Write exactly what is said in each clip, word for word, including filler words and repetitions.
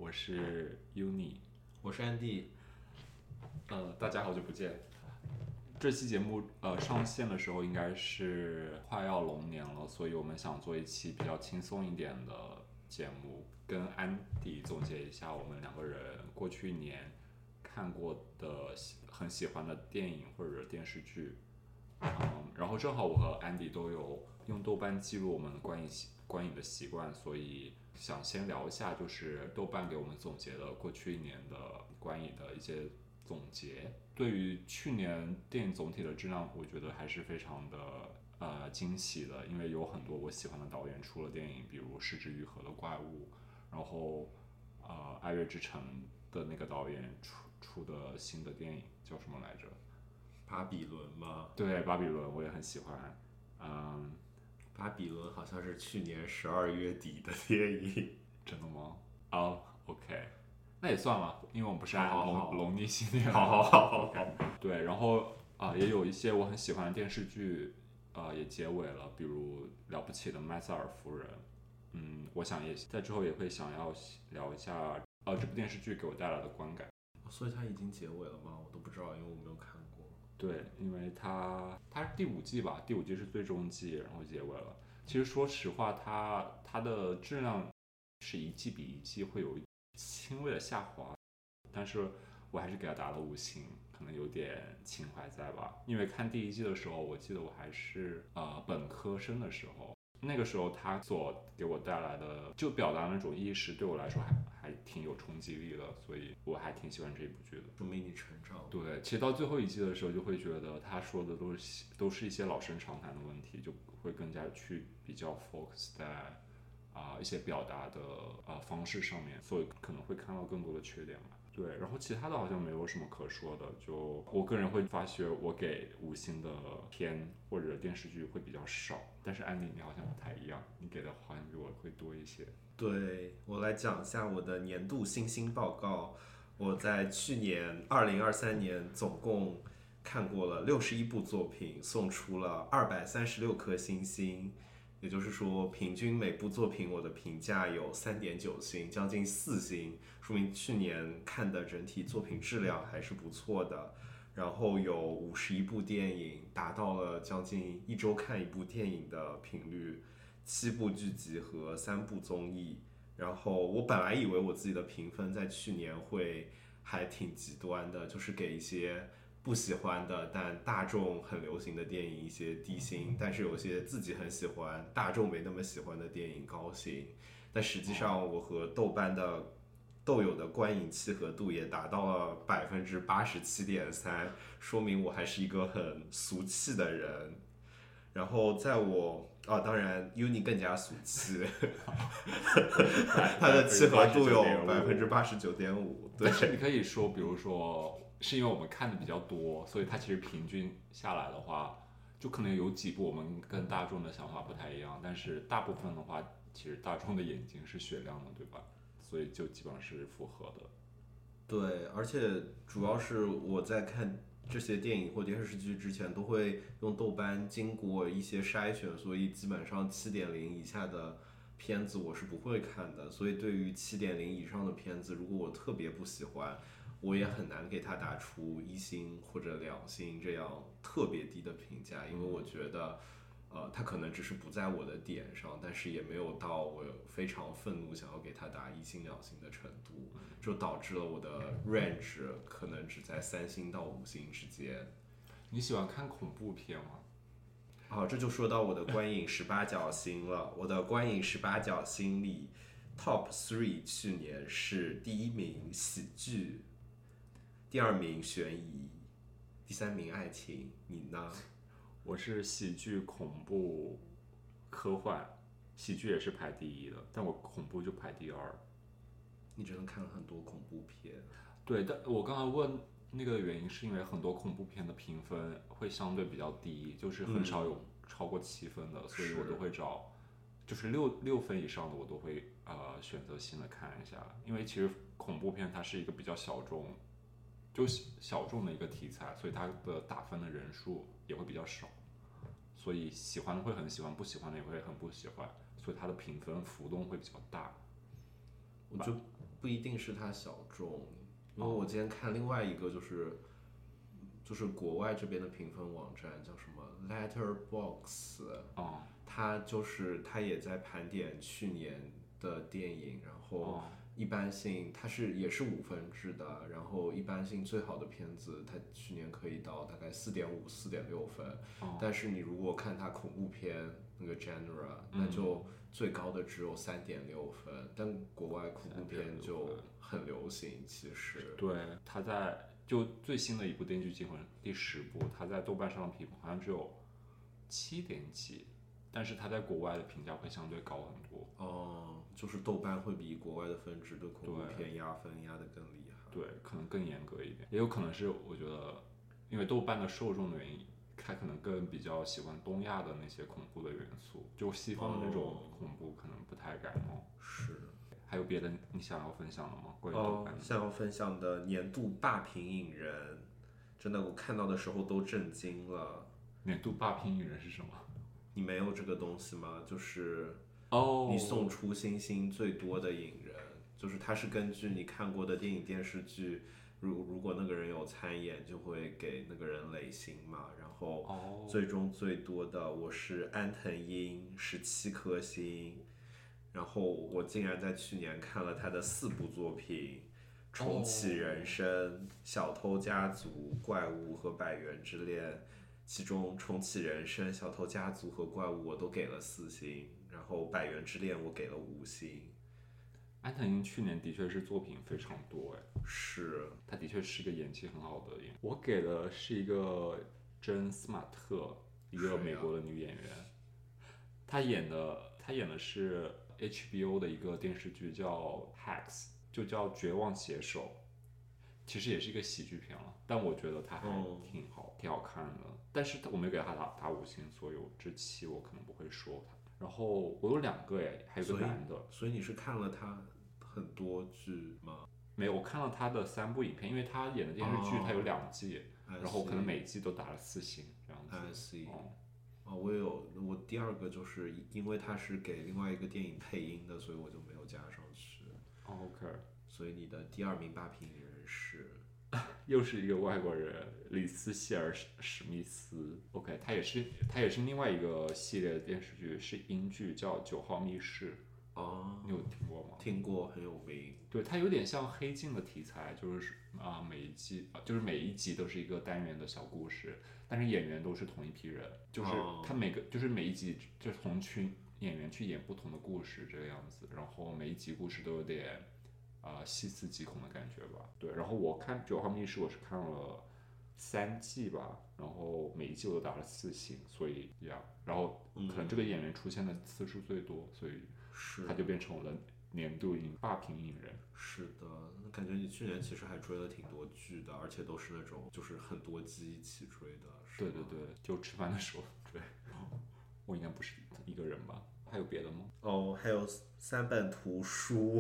我是 Uni， 我是安迪。 呃，大家好久不见。这期节目呃上线的时候应该是快要龙年了，所以我们想做一期比较轻松一点的节目，跟安迪总结一下我们两个人过去一年看过的很喜欢的电影或者电视剧。嗯，然后正好我和安迪都有用豆瓣记录我们观影观影的习惯，所以想先聊一下，就是豆瓣给我们总结的过去一年的观影的一些总结。对于去年电影总体的质量，我觉得还是非常的呃惊喜的，因为有很多我喜欢的导演出了电影，比如《失之愈合的怪物》，然后呃《爱乐之城》的那个导演出出的新的电影叫什么来着？ 巴比伦吗？ 对，巴比伦我也很喜欢。嗯， 巴比伦好像是去年十二月底的电影。 真的吗？哦、oh, OK， 那也算了，因为我们不是按好好好龙龙逆系列。 好好好好好。 对，然后啊、呃也有一些我很喜欢的电视剧，呃，也结尾了，比如《了不起的麦瑟尔夫人》。嗯，我想也在之后也会想要聊一下，呃，这部电视剧给我带来的观感。 所以它已经结尾了吗？我都不知道，因为我没有看过。 对，因为它它是第五季吧，第五季是最终季，然后结尾了。其实说实话，它它的质量是一季比一季会有轻微的下滑，但是我还是给它打了五星，可能有点情怀在吧。因为看第一季的时候，我记得我还是呃本科生的时候，那个时候它所给我带来的就表达那种意识，对我来说还还挺有冲击力的，所以我还挺喜欢这一部剧的。 说明你成长。 对，其实到最后一季的时候，就会觉得他说的都是都是一些老生常谈的问题，就会更加去比较 focus 在啊、呃、一些表达的呃方式上面，所以可能会看到更多的缺点吧。对，然后其他的好像没有什么可说的，就我个人会发觉我给五星的片或者电视剧会比较少，但是安妮你好像不太一样，你给的好像比我会多一些。 对，我来讲一下我的年度星星报告。我在去年二零二三年总共看过了六十一部作品，送出了二百三十六颗星星，也就是说，平均每部作品我的评价有三点九星，将近四星，说明去年看的整体作品质量还是不错的。然后有五十一部电影，达到了将近一周看一部电影的频率，七部剧集和三部综艺。然后我本来以为我自己的评分在去年会还挺极端的，就是给一些不喜欢的但大众很流行的电影一些低星，但是有些自己很喜欢大众没那么喜欢的电影高星。但实际上我和豆瓣的豆友的观影契合度也达到了百分之八十七点三，说明我还是一个很俗气的人。然后在我啊，当然 Uni 更加俗气，它的契合度有百分之八十九点五。对， 但是你可以说，比如说是因为我们看的比较多，所以它其实平均下来的话，就可能有几部我们跟大众的想法不太一样，但是大部分的话，其实大众的眼睛是雪亮的，对吧？所以就基本上是符合的。 对，而且主要是我在看这些电影或电视剧之前，都会用豆瓣经过一些筛选，所以基本上七点零以下的片子我是不会看的。所以对于七点零以上的片子，如果我特别不喜欢，我也很难给它打出一星或者两星这样特别低的评价，因为我觉得。呃，它可能只是不在我的点上，但是也没有到我非常愤怒想要给它打一星两星的程度，就导致了我的 range 可能只在三星到五星之间。 你喜欢看恐怖片吗？ 好，这就说到我的观影十八角星了。我的观影十八角星里 ，top three 去年是第一名喜剧，第二名悬疑，第三名爱情。你呢？ 我是喜剧、恐怖、科幻，喜剧也是排第一的，但我恐怖就排第二。 你真的看了很多恐怖片。 对，但我刚才问那个原因是因为很多恐怖片的评分会相对比较低，就是很少有超过七分的，嗯、所以我都会找，就是六六分以上的我都会呃选择性的看一下，因为其实恐怖片它是一个比较小众，就小众的一个题材，所以它的打分的人数也会比较少。所以喜欢的会很喜欢，不喜欢的也会很不喜欢，所以它的评分浮动会比较大。 我就不一定是它小众，因为哦我今天看另外一个就是就是国外这边的评分网站叫什么 Letterbox， 哦它就是它也在盘点去年的电影，然后哦一般性它是也是五分制的，然后一般性最好的片子它去年可以到大概四点五、四点六分， 哦但是你如果看它恐怖片那个 genre， 嗯那就最高的只有三点六分，但国外恐怖片就很流行，其实对，他在就最新的一部《电锯惊魂》第十部，他在豆瓣上的评分好像只有七点几，但是他在国外的评价会相对高很多。 哦，就是豆瓣会比国外的分值对恐怖对片压分压得更厉害。 对，可能更严格一点，也有可能是我觉得，因为豆瓣的受众的原因，他可能更比较喜欢东亚的那些恐怖的元素，就西方的那种恐怖可能不太感冒。 是。 还有别的你想要分享的吗？关于豆哦瓣，的？ 想要分享的年度霸屏影人，真的我看到的时候都震惊了。 年度霸屏影人是什么？ 你没有这个东西吗？就是哦， 你送出星星最多的影人，就是他是根据你看过的电影电视剧，如如果那个人有参演，就会给那个人垒星嘛。然后哦， 最终最多的我是安藤樱，十七颗星。然后我竟然在去年看了他的四部作品，重启人生、小偷家族、怪物和百元之恋。其中重启人生、小偷家族和怪物我都给了四星，然后百元之恋我给了五星。 安藤樱去年的确是作品非常多哎， 是， 她的确是个演技很好的演员。我给的是一个珍·斯马特，一个美国的女演员，她演的她演的是 H B O 的一个电视剧叫 Hacks， 就叫《绝望写手》，其实也是一个喜剧片了，但我觉得它还挺好，挺好看的。但是我没有给它打打五星，所以我这期我可能不会说它。然后我有两个哎，还有个男的。 所以你是看了他很多剧吗？ 没有，我看了他的三部影片，因为他演的电视剧他有两季，然后可能每季都打了四星这样子。 I see。 哦， 哦，我有，我第二个就是因为他是给另外一个电影配音的，所以我就没有加上去。 哦 OK， 所以你的第二名霸屏人是？ 又是一个外国人，里斯谢尔史密斯。OK， 他也是他也是另外一个系列的电视剧，是英剧，叫《九号密室》。 哦， 你有听过吗？ 听过，很有名。 对，它有点像黑镜的题材，就是啊、每一季就是每一集都是一个单元的小故事，但是演员都是同一批人，就是他每个就是每一集就是同群演员去演不同的故事这个样子，然后每一集故事都有点啊、细思极恐的感觉吧。对，然后我看《九号密室》我是看了三季吧，然后每一季我都打了四星，所以呀，然后可能这个演员出现的次数最多，所以他就变成了年度影霸屏影人。 是的，那感觉你去年其实还追了挺多剧的，而且都是那种就是很多季一起追的。 对对对，就吃饭的时候追。我应该不是一个人吧？还有别的吗？ 哦，还有三本图书，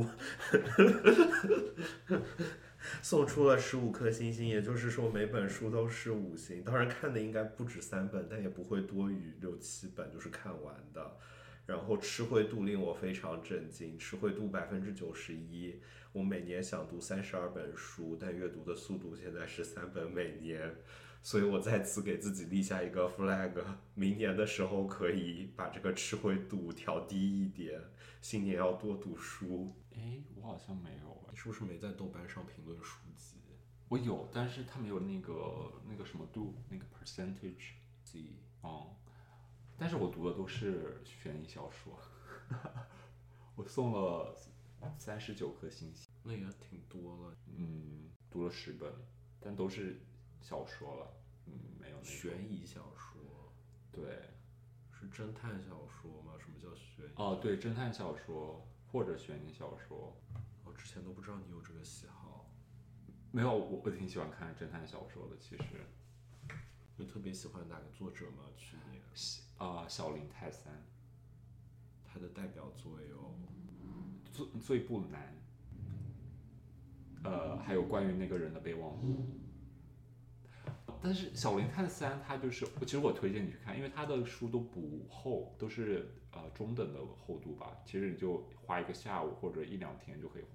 送出了十五颗星星，也就是说每本书都是五星。当然看的应该不止三本，但也不会多于六七本，就是看完的。然后吃会度令我非常震惊，吃会度百分之九十一。我每年想读三十二本书，但阅读的速度现在是三本每年，所以我在此给自己立下一个 flag， 明年的时候可以把这个吃会度调低一点，新年要多读书。 哎，我好像没有哎， 你是不是没在豆瓣上评论书籍？ 我有，但是它没有那个那个什么度，那个 percentage。哦，但是我读的都是悬疑小说，我送了三十九颗星星。 那也挺多了。 嗯，读了十本，但都是小说了，嗯，没有那种悬疑小说。 对， 是侦探小说吗？什么叫悬疑？ 哦，对，侦探小说或者悬疑小说。 我之前都不知道你有这个喜好。 没有，我我挺喜欢看侦探小说的，其实。 你特别喜欢哪个作者吗？去年啊、呃，小林泰三， 他的代表作有最最不难，呃，还有关于那个人的备忘录。但是小林泰三他就是，其实我推荐你去看，因为他的书都不厚，都是呃中等的厚度吧。其实你就花一个下午或者一两天就可以看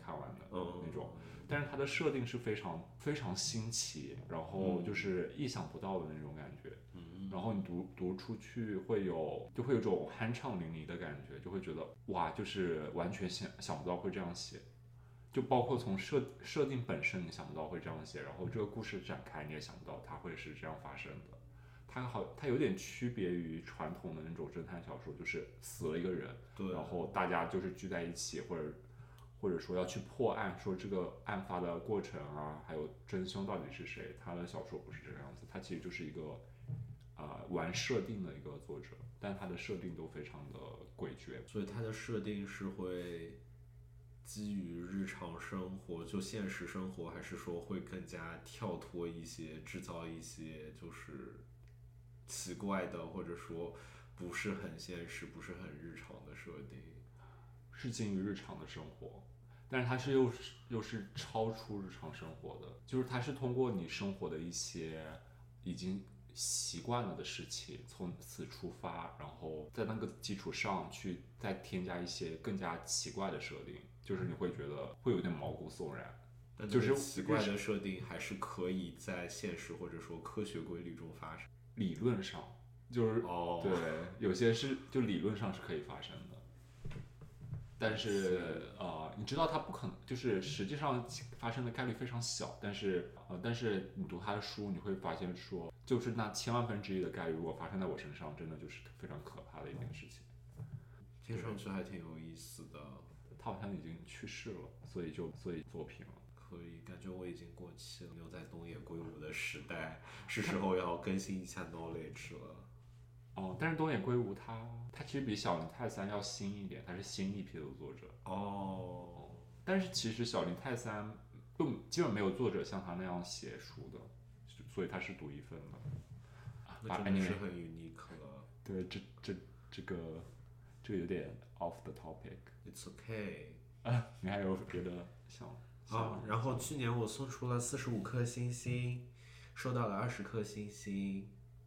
看完的嗯那种。但是它的设定是非常非常新奇，然后就是意想不到的那种感觉。 嗯， 然后你读读出去会有就会有种酣畅淋漓的感觉，就会觉得哇，就是完全想想不到会这样写。就包括从设设定本身，你想不到会这样写，然后这个故事展开，你也想不到它会是这样发生的。它好，它有点区别于传统的那种侦探小说，就是死了一个人， 对， 然后大家就是聚在一起，或者或者说要去破案，说这个案发的过程啊，还有真凶到底是谁。他的小说不是这个样子，他其实就是一个啊、呃、玩设定的一个作者，但他的设定都非常的诡谲。 所以它的设定是会基于日常生活，就现实生活，还是说会更加跳脱一些，制造一些就是奇怪的，或者说不是很现实、不是很日常的设定？ 是近于日常的生活，但是它是又是又是超出日常生活的，就是它是通过你生活的一些已经习惯了的事情，从此出发，然后在那个基础上去再添加一些更加奇怪的设定，就是你会觉得会有点毛骨悚然。 但就是奇怪的设定还是可以在现实或者说科学规律中发生。 理论上就是哦， 对，有些是就理论上是可以发生的。但是呃，你知道它不可能，就是实际上发生的概率非常小，但是呃，但是你读他的书，你会发现说，就是那千万分之一的概率，如果发生在我身上，真的就是非常可怕的一件事情。 听上去还挺有意思的。 他好像已经去世了，所以就所以作品了。 可以，感觉我已经过气了，留在东野圭吾的时代，是时候要更新一下 knowledge 了。 哦，但是东野圭吾他他其实比小林泰三要新一点，他是新一批的作者。 哦， 但是其实小林泰三就基本没有作者像他那样写书的，所以他是独一份的。 那真的是很 unique 了。 对，这这这个这个有点 off the topic。 It's okay。 啊，你还有别的想啊，然后去年我送出了四十五颗星星，收到了二十颗星星，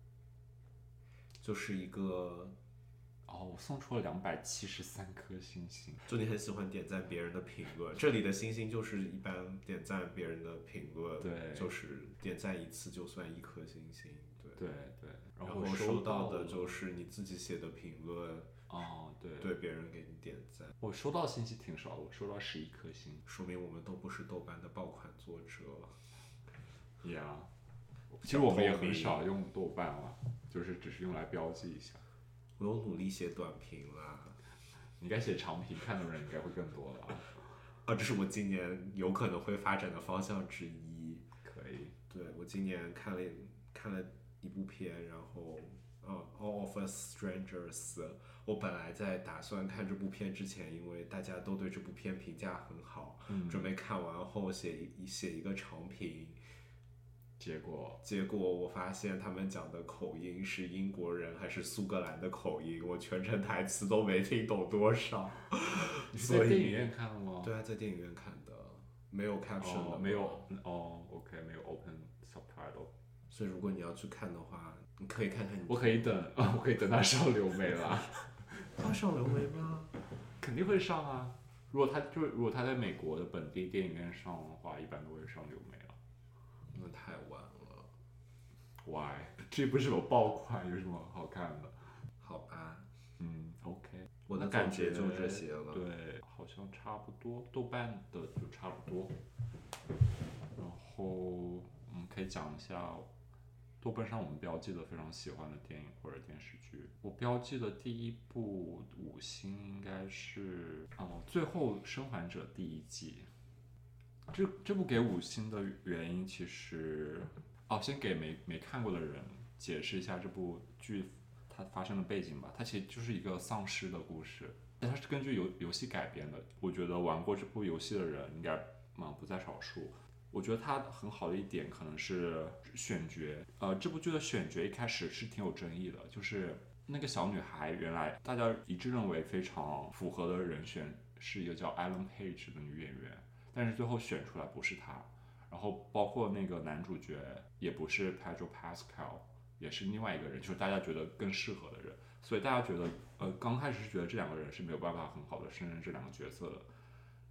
就是一个哦，我送出了两百七十三颗星星。 就你很喜欢点赞别人的评论，这里的星星就是一般点赞别人的评论， 对， 就是点赞一次就算一颗星星，对对对。然后收到的就是你自己写的评论， 哦，对， 对别人给你点赞。 我收到信息挺少的，我收到十一颗星， 说明我们都不是豆瓣的爆款作者。 Yeah， 其实我们也很少用豆瓣了，就是只是用来标记一下。 我有努力写短评啦， 你该写长评，看的人应该会更多了啊。 啊，这是我今年有可能会发展的方向之一。 可以。 对，我今年看了看了一部片，然后呃《All of Us Strangers》，我本来在打算看这部片之前，因为大家都对这部片评价很好， 嗯、 准备看完后写一写一个长评。 结果， 结果我发现他们讲的口音是英国人还是苏格兰的口音，我全程台词都没听懂多少。 你是在电影院看的吗？ 对啊，在电影院看的，没有 caption 的、 哦，没有哦 ，OK， 没有 open subtitle。 所以如果你要去看的话，你可以看看你。 我可以等，我可以等它上流媒了。 它上流媒吗？ 肯定会上啊！如果它就是如果它在美国的本地电影院上的话，一般都会上流媒了。 那太晚了。 Why？ 这不是有爆款，有什么好看的？ 好吧。 嗯 ，OK。 我的感觉就这些了。 对，好像差不多，豆瓣的就差不多。然后我们可以讲一下豆瓣上我们标记的非常喜欢的电影或者电视剧。我标记的第一部五星应该是哦，《最后生还者》第一季。这这部给五星的原因其实，哦，先给没没看过的人解释一下这部剧它发生的背景吧。它其实就是一个丧尸的故事，但它是根据游游戏改编的。我觉得玩过这部游戏的人应该嗯不在少数。我觉得它很好的一点可能是选角，呃，这部剧的选角一开始是挺有争议的，就是那个小女孩原来大家一致认为非常符合的人选是一个叫 Ellen Page 的女演员，但是最后选出来不是她，然后包括那个男主角也不是 Pedro Pascal， 也是另外一个人，就是大家觉得更适合的人，所以大家觉得，呃，刚开始是觉得这两个人是没有办法很好的胜任这两个角色的。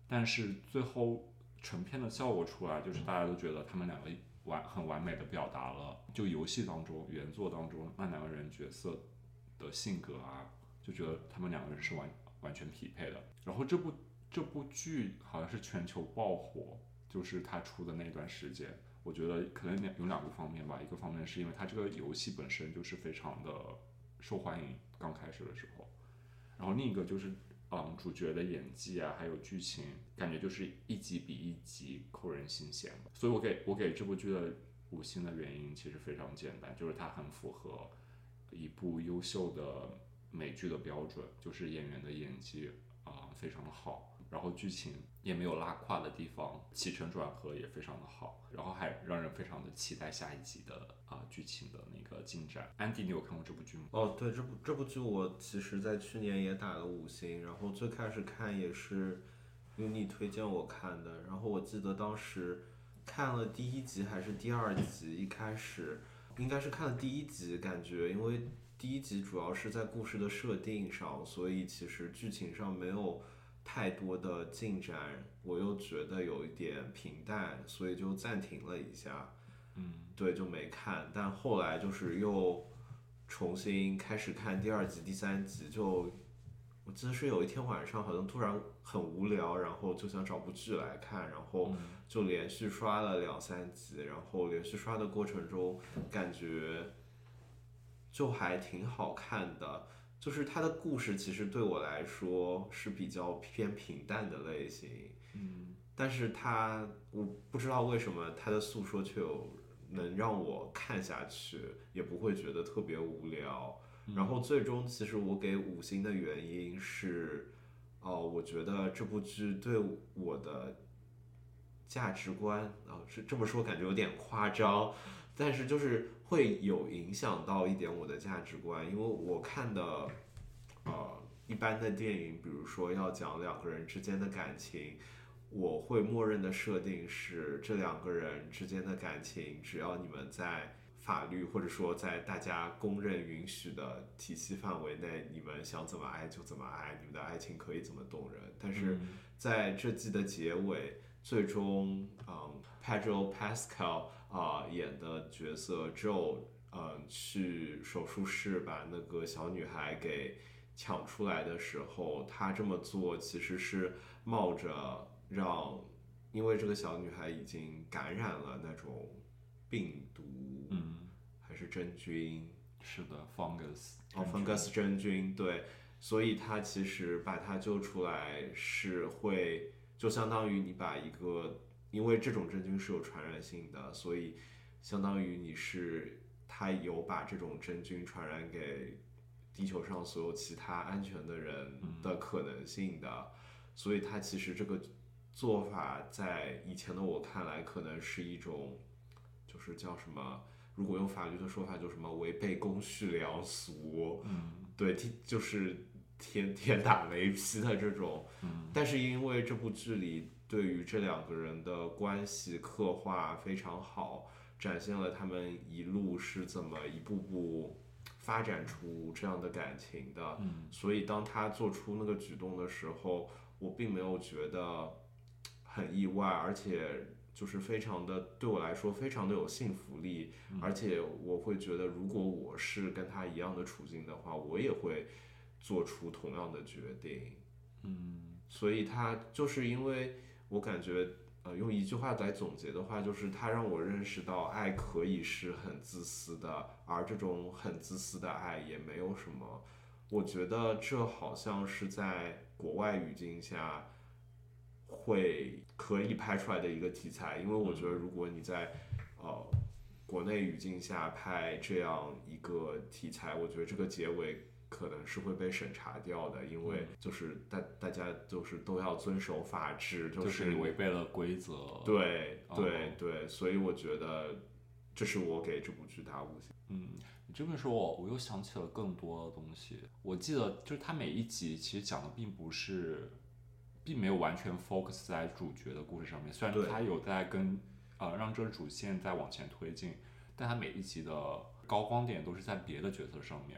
但是最后成片的效果出来，就是大家都觉得他们两个完很完美的表达了，就游戏当中原作当中那两个人角色的性格啊，就觉得他们两个人是完完全匹配的。然后这部这部剧好像是全球爆火，就是他出的那段时间，我觉得可能有两个方面吧，一个方面是因为它这个游戏本身就是非常的受欢迎，刚开始的时候，然后另一个就是嗯主角的演技啊，还有剧情，感觉就是一集比一集扣人心弦。所以我给我给这部剧的五星的原因其实非常简单，就是它很符合一部优秀的美剧的标准，就是演员的演技啊、呃、非常的好，然后剧情也没有拉胯的地方，起承转合也非常的好，然后还让人非常的期待下一集的啊、呃、剧情的那个进展。安迪，你有看过这部剧吗？ 哦，对，这部这部剧我其实在去年也打了五星，然后最开始看也是 Uni 推荐我看的，然后我记得当时看了第一集还是第二集，一开始应该是看了第一集，感觉因为第一集主要是在故事的设定上，所以其实剧情上没有太多的进展，我又觉得有一点平淡，所以就暂停了一下。 嗯， 对，就没看。但后来就是又重新开始看第二集、第三集，就我记得是有一天晚上，好像突然很无聊，然后就想找部剧来看，然后就连续刷了两三集，然后连续刷的过程中，感觉就还挺好看的。就是它的故事其实对我来说是比较偏平淡的类型， 嗯， 但是它我不知道为什么它的诉说却有能让我看下去，也不会觉得特别无聊。然后最终其实我给五星的原因是，哦，我觉得这部剧对我的价值观啊，是这么说感觉有点夸张，但是就是会有影响到一点我的价值观，因为我看的呃一般的电影，比如说要讲两个人之间的感情，我会默认的设定是这两个人之间的感情，只要你们在法律或者说在大家公认允许的体系范围内，你们想怎么爱就怎么爱，你们的爱情可以怎么动人。但是在这季的结尾，最终，嗯，Pedro Pascal 啊、呃、演的角色 Joe，嗯，去手术室把那个小女孩给抢出来的时候，他这么做其实是冒着让，因为这个小女孩已经感染了那种病毒， 嗯， 还是真菌， 是的，fungus， 哦，fungus 真菌，对，所以他其实把他救出来是会，就相当于你把一个，因为这种真菌是有传染性的，所以相当于你是他有把这种真菌传染给地球上所有其他安全的人的可能性的，所以他其实这个做法在以前的我看来，可能是一种，就是叫什么？如果用法律的说法，就什么违背公序良俗， 嗯， 对，就是天天打雷劈的这种。 嗯， 但是因为这部剧里对于这两个人的关系刻画非常好，展现了他们一路是怎么一步步发展出这样的感情的。 嗯， 所以当他做出那个举动的时候，我并没有觉得很意外，而且就是非常的对我来说非常的有信服力，而且我会觉得如果我是跟他一样的处境的话，我也会做出同样的决定。 嗯， 所以他就是因为我感觉，呃，用一句话来总结的话，就是他让我认识到爱可以是很自私的，而这种很自私的爱也没有什么。我觉得这好像是在国外语境下会可以拍出来的一个题材，因为我觉得如果你在呃国内语境下拍这样一个题材，我觉得这个结尾可能是会被审查掉的，因为就是大大家就是都要遵守法治，就是你违背了规则。 对对哦对，所以我觉得这是我给这部剧打五星。 嗯，你这么说我，我又想起了更多的东西。我记得就是它每一集其实讲的并不是，并没有完全 focus 在主角的故事上面，虽然它有在跟呃让这个主线在往前推进，但它每一集的高光点都是在别的角色上面。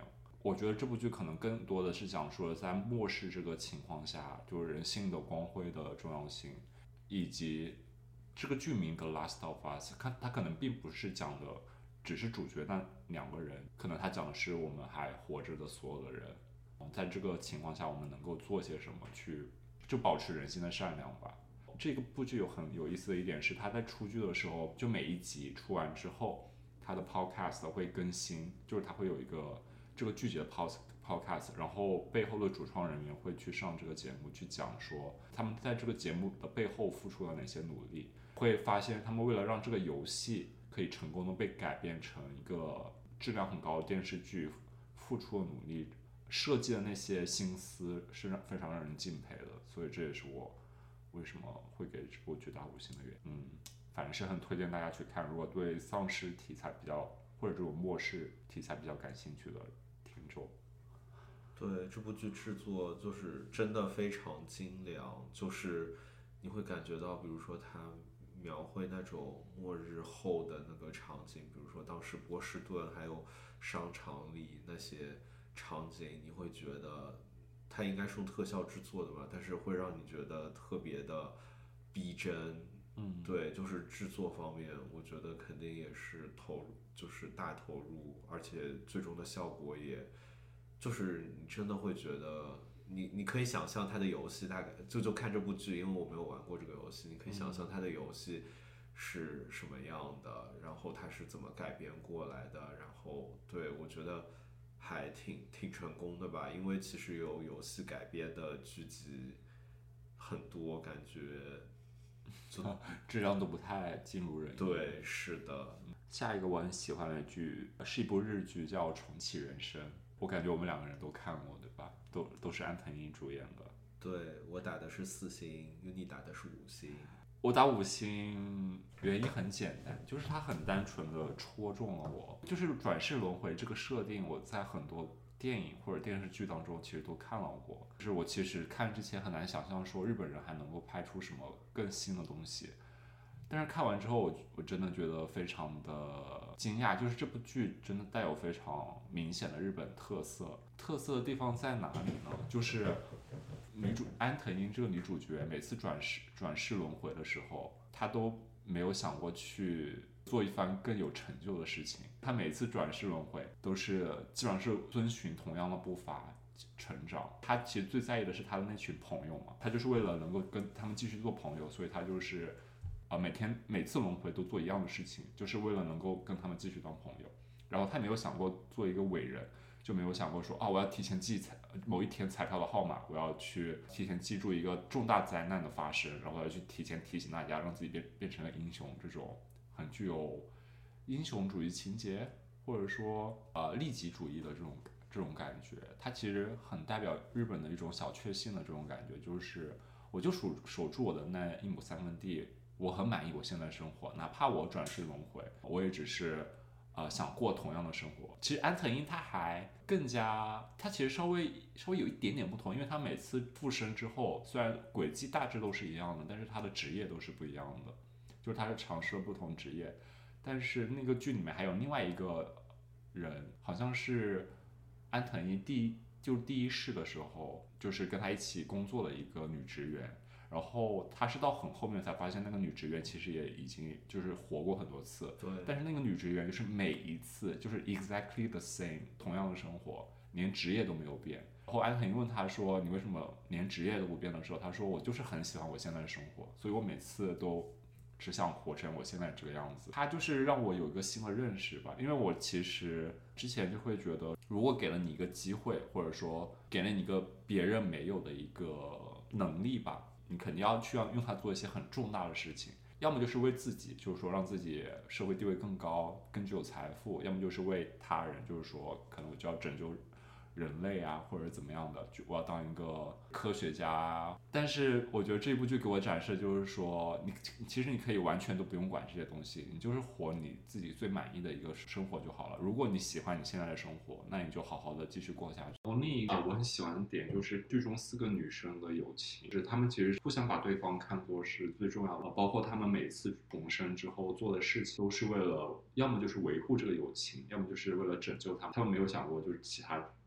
我觉得这部剧可能更多的是讲述了在末世这个情况下，就是人性的光辉的重要性，以及这个剧名的《The Last of Us》，它它可能并不是讲的只是主角那两个人，可能它讲的是我们还活着的所有的人，在这个情况下我们能够做些什么去就保持人性的善良吧。这个部剧有很有意思的一点是，它在出剧的时候，就每一集出完之后，它的 podcast 会更新，就是它会有一个这个剧集的 podcast， 然后背后的主创人员会去上这个节目去讲说他们在这个节目的背后付出了哪些努力，会发现他们为了让这个游戏可以成功的被改编成一个质量很高的电视剧，付出的努力，设计的那些心思是让非常让人敬佩的，所以这也是我为什么会给这部剧打五星的原因。嗯，反正是很推荐大家去看，如果对丧尸题材比较或者这种末世题材比较感兴趣的听众。 对，这部剧制作就是真的非常精良，就是你会感觉到，比如说它描绘那种末日后的那个场景，比如说当时波士顿还有商场里那些场景，你会觉得它应该是用特效制作的嘛，但是会让你觉得特别的逼真。 嗯， 对，就是制作方面，我觉得肯定也是投入，就是大投入，而且最终的效果也，就是你真的会觉得，你你可以想象它的游戏大概就就看这部剧，因为我没有玩过这个游戏，你可以想象它的游戏是什么样的，然后它是怎么改编过来的，然后对我觉得还挺挺成功的吧，因为其实有游戏改编的剧集很多，感觉质量都不太尽如人意。 对，是的。 下一个我很喜欢的剧是一部日剧，叫《重启人生》，我感觉我们两个人都看过，对吧？都都是安藤樱主演的。 对，我打的是四星，Uni 打的是五星。 我打五星原因很简单，就是它很单纯的戳中了我，就是转世轮回这个设定，我在很多电影或者电视剧当中其实都看到过。就是我其实看之前很难想象说日本人还能够拍出什么更新的东西，但是看完之后我我真的觉得非常的惊讶，就是这部剧真的带有非常明显的日本特色。特色的地方在哪里呢？就是女主安藤樱这个女主角每次转世转世轮回的时候，她都没有想过去做一番更有成就的事情。她每次转世轮回都是基本上是遵循同样的步伐成长。她其实最在意的是她的那群朋友嘛，她就是为了能够跟他们继续做朋友，所以她就是啊、呃、每天每次轮回都做一样的事情，就是为了能够跟他们继续当朋友。然后她没有想过做一个伟人。就没有想过说啊，我要提前记彩某一天彩票的号码，我要去提前记住一个重大灾难的发生，然后我要去提前提醒大家，让自己变变成了英雄，这种很具有英雄主义情节，或者说呃利己主义的这种这种感觉，它其实很代表日本的一种小确幸的这种感觉，就是我就守守住我的那一亩三分地，我很满意我现在的生活，哪怕我转世轮回，我也只是。呃，想过同样的生活。其实安藤樱他还更加，他其实稍微稍微有一点点不同，因为他每次附身之后，虽然轨迹大致都是一样的，但是他的职业都是不一样的，就是他是尝试了不同职业。但是那个剧里面还有另外一个人，好像是安藤樱第一就是第一世的时候，就是跟他一起工作的一个女职员。然后他是到很后面才发现，那个女职员其实也已经就是活过很多次， 对。 但是那个女职员就是每一次就是 exactly the same， 同样的生活，连职业都没有变。然后安藤樱问他说：“你为什么连职业都不变的时候，他说：“我就是很喜欢我现在的生活，所以我每次都只想活成我现在这个样子。”他就是让我有一个新的认识吧，因为我其实之前就会觉得，如果给了你一个机会，或者说给了你一个别人没有的一个能力吧。你肯定要去要用它做一些很重大的事情，要么就是为自己，就是说让自己社会地位更高、更具有财富；要么就是为他人，就是说可能我就要拯救人类啊，或者怎么样的，就我要当一个科学家。但是我觉得这部剧给我展示就是说，你其实你可以完全都不用管这些东西，你就是活你自己最满意的一个生活就好了。如果你喜欢你现在的生活，那你就好好的继续过下去。另一个我很喜欢的点就是剧中四个女生的友情，就是她们其实互相把对方看作是最重要的，包括她们每次重生之后做的事情都是为了，要么就是维护这个友情，要么就是为了拯救他们。她们没有想过就是其他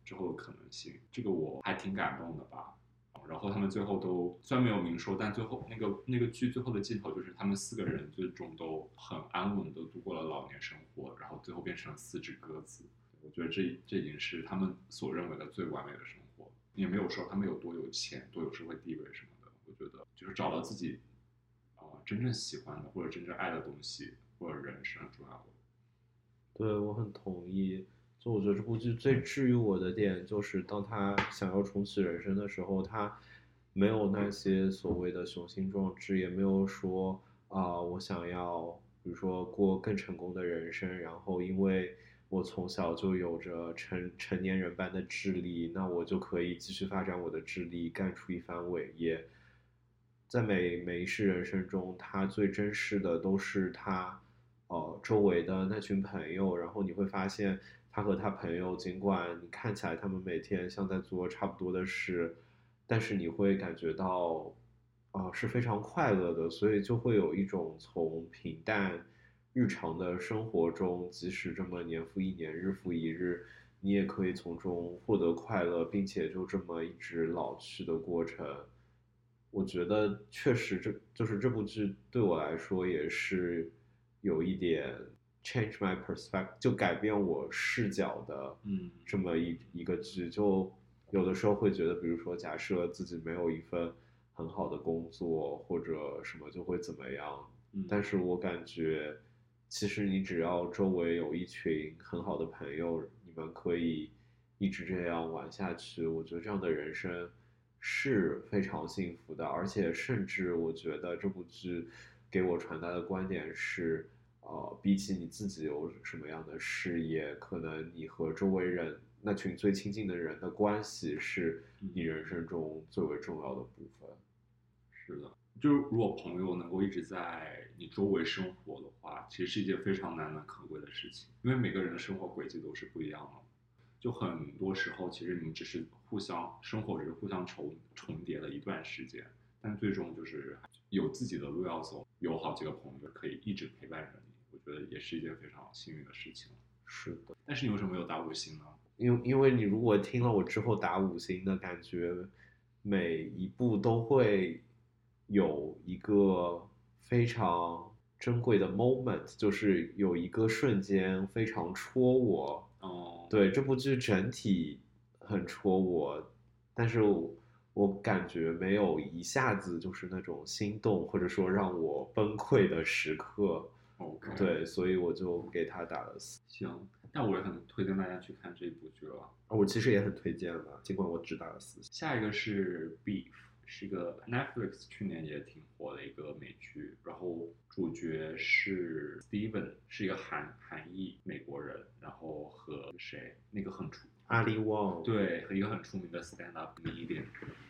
之后的可能性，这个我还挺感动的吧。然后他们最后都虽然没有明说，但最后那个那个剧最后的镜头就是他们四个人最终都很安稳的度过了老年生活，然后最后变成了四只鸽子。我觉得这这已经是他们所认为的最完美的生活，也没有说他们有多有钱、多有社会地位什么的。我觉得就是找到自己啊、呃、真正喜欢的或者真正爱的东西或者人是很重要的。 对，我很同意。就我觉得这部剧最治愈我的点，就是当他想要重启人生的时候，他没有那些所谓的雄心壮志，也没有说啊、我想要，比如说过更成功的人生，然后因为我从小就有着成成年人般的智力，那我就可以继续发展我的智力，干出一番伟业。在每每一世人生中，他最珍视的都是他，呃，周围的那群朋友。然后你会发现，他和他朋友，尽管你看起来他们每天像在做差不多的事，但是你会感觉到，啊、是非常快乐的。所以就会有一种从平淡日常的生活中，即使这么年复一年，日复一日，你也可以从中获得快乐，并且就这么一直老去的过程。我觉得确实这就是这部剧对我来说也是有一点 change my perspective，就改变我视角的嗯这么一一个剧。就有的时候会觉得，比如说假设自己没有一份很好的工作或者什么就会怎么样， 嗯， 但是我感觉其实你只要周围有一群很好的朋友，你们可以一直这样玩下去，我觉得这样的人生是非常幸福的。而且甚至我觉得这部剧给我传达的观点是，呃，比起你自己有什么样的事业，可能你和周围人那群最亲近的人的关系是你人生中最为重要的部分。 是的，就是如果朋友能够一直在你周围生活的话，其实是一件非常难能可贵的事情，因为每个人的生活轨迹都是不一样的。就很多时候，其实你们只是互相生活，只是互相重重叠了一段时间，但最终就是有自己的路要走，有好几个朋友可以一直陪伴着你，我觉得也是一件非常幸运的事情。 是的， 但是你为什么没有打五星呢？ 因为因为你如果听了我之后打五星的感觉，每一部都会有一个非常珍贵的 moment，就是有一个瞬间非常戳我。 哦， 对，这部剧整体很戳我，但是我我感觉没有一下子就是那种心动或者说让我崩溃的时刻。 OK， 对，所以我就给他打了四。 行，但我也很推荐大家去看这一部剧了。 我其实也很推荐的，尽管我只打了四星。 下一个是 Beef，是一个 Netflix 去年也挺火的一个美剧，然后主角是 Steven，是一个韩韩裔美国人，然后和谁那个很出阿里旺， 对，和一个很出名的 stand up comedian。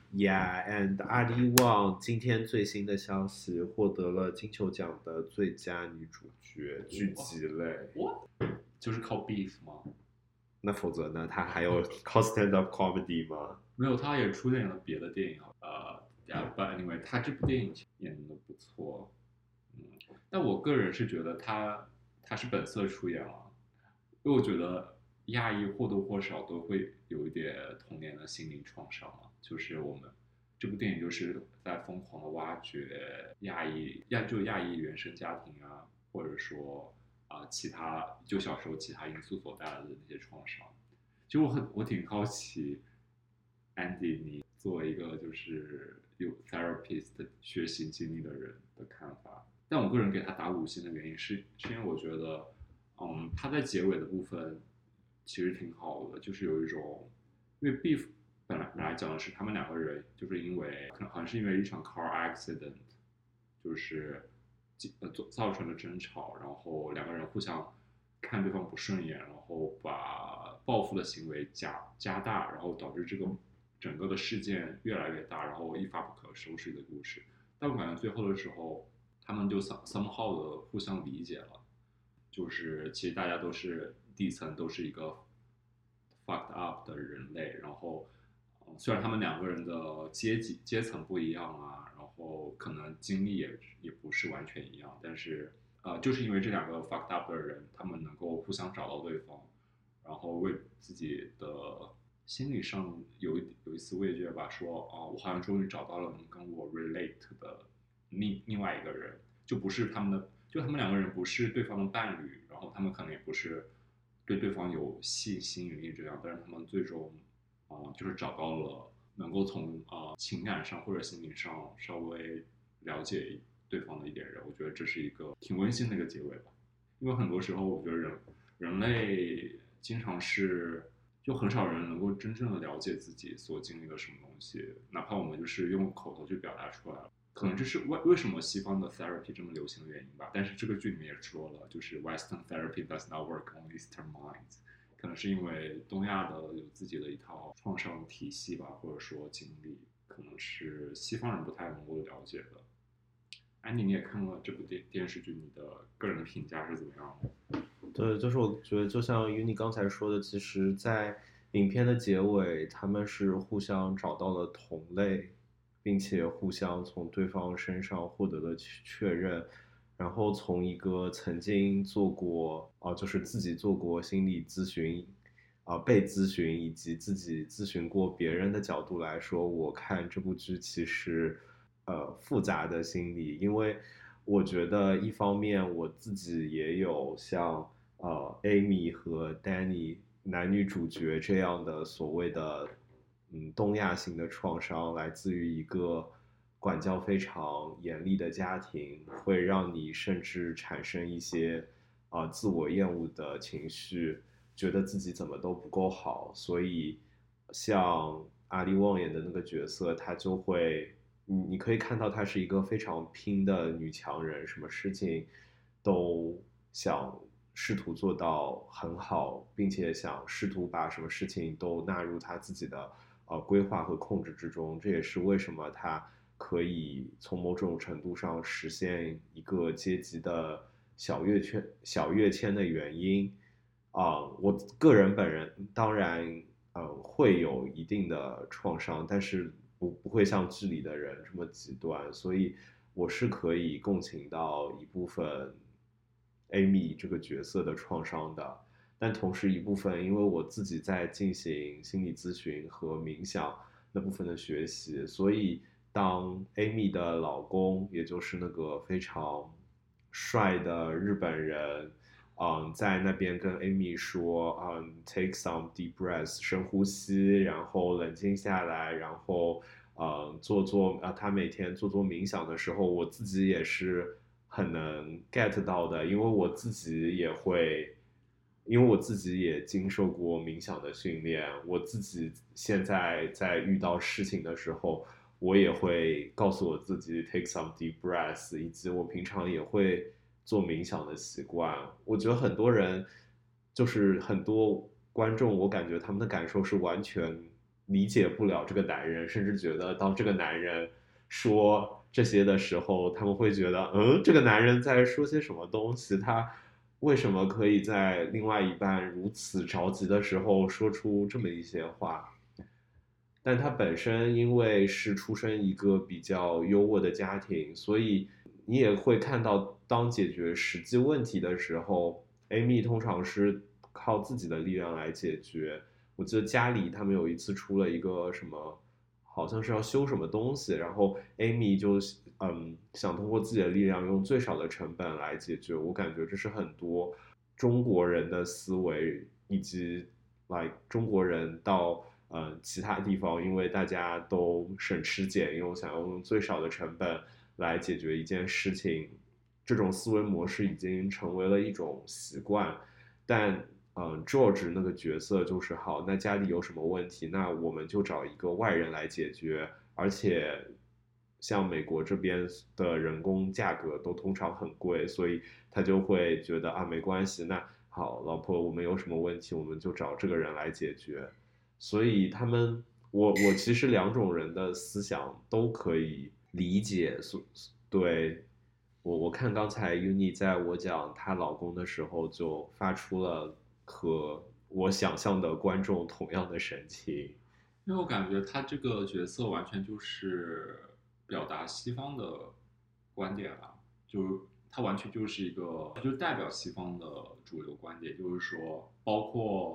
Yeah，and 阿里旺今天最新的消息获得了金球奖的最佳女主角剧集类。 What？就是靠 Beef 吗？ 那否则呢？她还有靠 stand up comedy 吗？ 没有，他也出演了别的电影，呃，but anyway，他这部电影演的不错，嗯，但我个人是觉得他他是本色出演了，因为我觉得亚裔或多或少都会有一点童年的心灵创伤嘛，就是我们这部电影就是在疯狂的挖掘亚裔亚就亚裔原生家庭啊，或者说啊、呃、其他就小时候其他因素所带来的那些创伤。其实我很我挺好奇 Andy， 你作为一个就是有 therapist 学习经历的人的看法。但我个人给他打五星的原因是，是因为我觉得，嗯，他在结尾的部分其实挺好的，就是有一种，因为 Beef 本来本来讲的是他们两个人就是因为可能好像是因为一场 car accident，就是呃造成了争吵，然后两个人互相看对方不顺眼，然后把报复的行为加加大，然后导致这个整个的事件越来越大，然后一发不可收拾的故事。但我感觉最后的时候，他们就 some somehow 的互相理解了，就是其实大家都是底层都是一个 fucked up 的人类，然后。虽然他们两个人的阶级阶层不一样啊，然后可能经历也也不是完全一样，但是呃，就是因为这两个 fucked up 的人，他们能够互相找到对方，然后为自己的心理上有一有一丝慰藉吧，说啊、我好像终于找到了能跟我 relate 的另另外一个人，就不是他们的，就他们两个人不是对方的伴侣，然后他们可能也不是对对方有性吸引力这样，但是他们最终啊、呃就是找到了能够从啊、呃情感上或者心理上稍微了解对方的一点人，我觉得这是一个挺温馨的一个结尾吧。因为很多时候我觉得人人类经常是就很少人能够真正的了解自己所经历的什么东西，哪怕我们就是用口头去表达出来了，可能这是为为什么西方的 therapy 这么流行的原因吧。但是这个剧里面也说了，就是 Western therapy does not work on Eastern minds， 可能是因为东亚的有自己的一套创伤体系吧，或者说经历，可能是西方人不太能够了解的。安妮，你也看了这部电电视剧，你的个人评价是怎么样的？ 对，就是我觉得就像于你刚才说的，其实，在影片的结尾，他们是互相找到了同类，并且互相从对方身上获得了确认，然后从一个曾经做过啊、就是自己做过心理咨询啊、被咨询以及自己咨询过别人的角度来说，我看这部剧其实呃复杂的心理，因为我觉得一方面我自己也有像呃 Amy 和 Danny 男女主角这样的所谓的嗯东亚型的创伤，来自于一个管教非常严厉的家庭，会让你甚至产生一些啊、呃自我厌恶的情绪，觉得自己怎么都不够好，所以像阿丽旺演的那个角色，她就会你你可以看到她是一个非常拼的女强人，什么事情都想试图做到很好，并且想试图把什么事情都纳入她自己的呃规划和控制之中。这也是为什么她可以从某种程度上实现一个阶级的小跃迁小跃迁的原因。啊、我个人本人当然，嗯、呃会有一定的创伤，但是不不会像剧里的人这么极端，所以我是可以共情到一部分 Amy 这个角色的创伤的。但同时一部分，因为我自己在进行心理咨询和冥想那部分的学习，所以当 Amy 的老公，也就是那个非常帅的日本人，嗯，在那边跟 Amy 说，嗯，take some deep breaths，深呼吸，然后冷静下来，然后，嗯，做做啊，他每天做做冥想的时候，我自己也是很能 get 到的，因为我自己也会，因为我自己也经受过冥想的训练，我自己现在在遇到事情的时候，我也会告诉我自己 take some deep breaths，以及我平常也会做冥想的习惯。我觉得很多人就是很多观众，我感觉他们的感受是完全理解不了这个男人，甚至觉得当这个男人说这些的时候，他们会觉得，嗯，这个男人在说些什么东西？他为什么可以在另外一半如此着急的时候说出这么一些话？但他本身因为是出身一个比较优渥的家庭，所以你也会看到，当解决实际问题的时候，Amy 通常是靠自己的力量来解决。我记得家里他们有一次出了一个什么，好像是要修什么东西，然后 Amy 就嗯想通过自己的力量，用最少的成本来解决。我感觉这是很多中国人的思维，以及来中国人到呃其他地方，因为大家都省吃俭用，想要用最少的成本来解决一件事情，这种思维模式已经成为了一种习惯。但嗯、呃、，George 那个角色就是好，那家里有什么问题，那我们就找一个外人来解决，而且。像美国这边的人工价格都通常很贵，所以他就会觉得啊，没关系，那好，老婆，我们有什么问题，我们就找这个人来解决。所以他们，我我其实两种人的思想都可以理解。所对我我看刚才 Uni 在我讲她老公的时候，就发出了和我想象的观众同样的神情。 因为我感觉他这个角色完全就是表达西方的观点啊，就是他完全就是一个，就是代表西方的主流观点，就是说，包括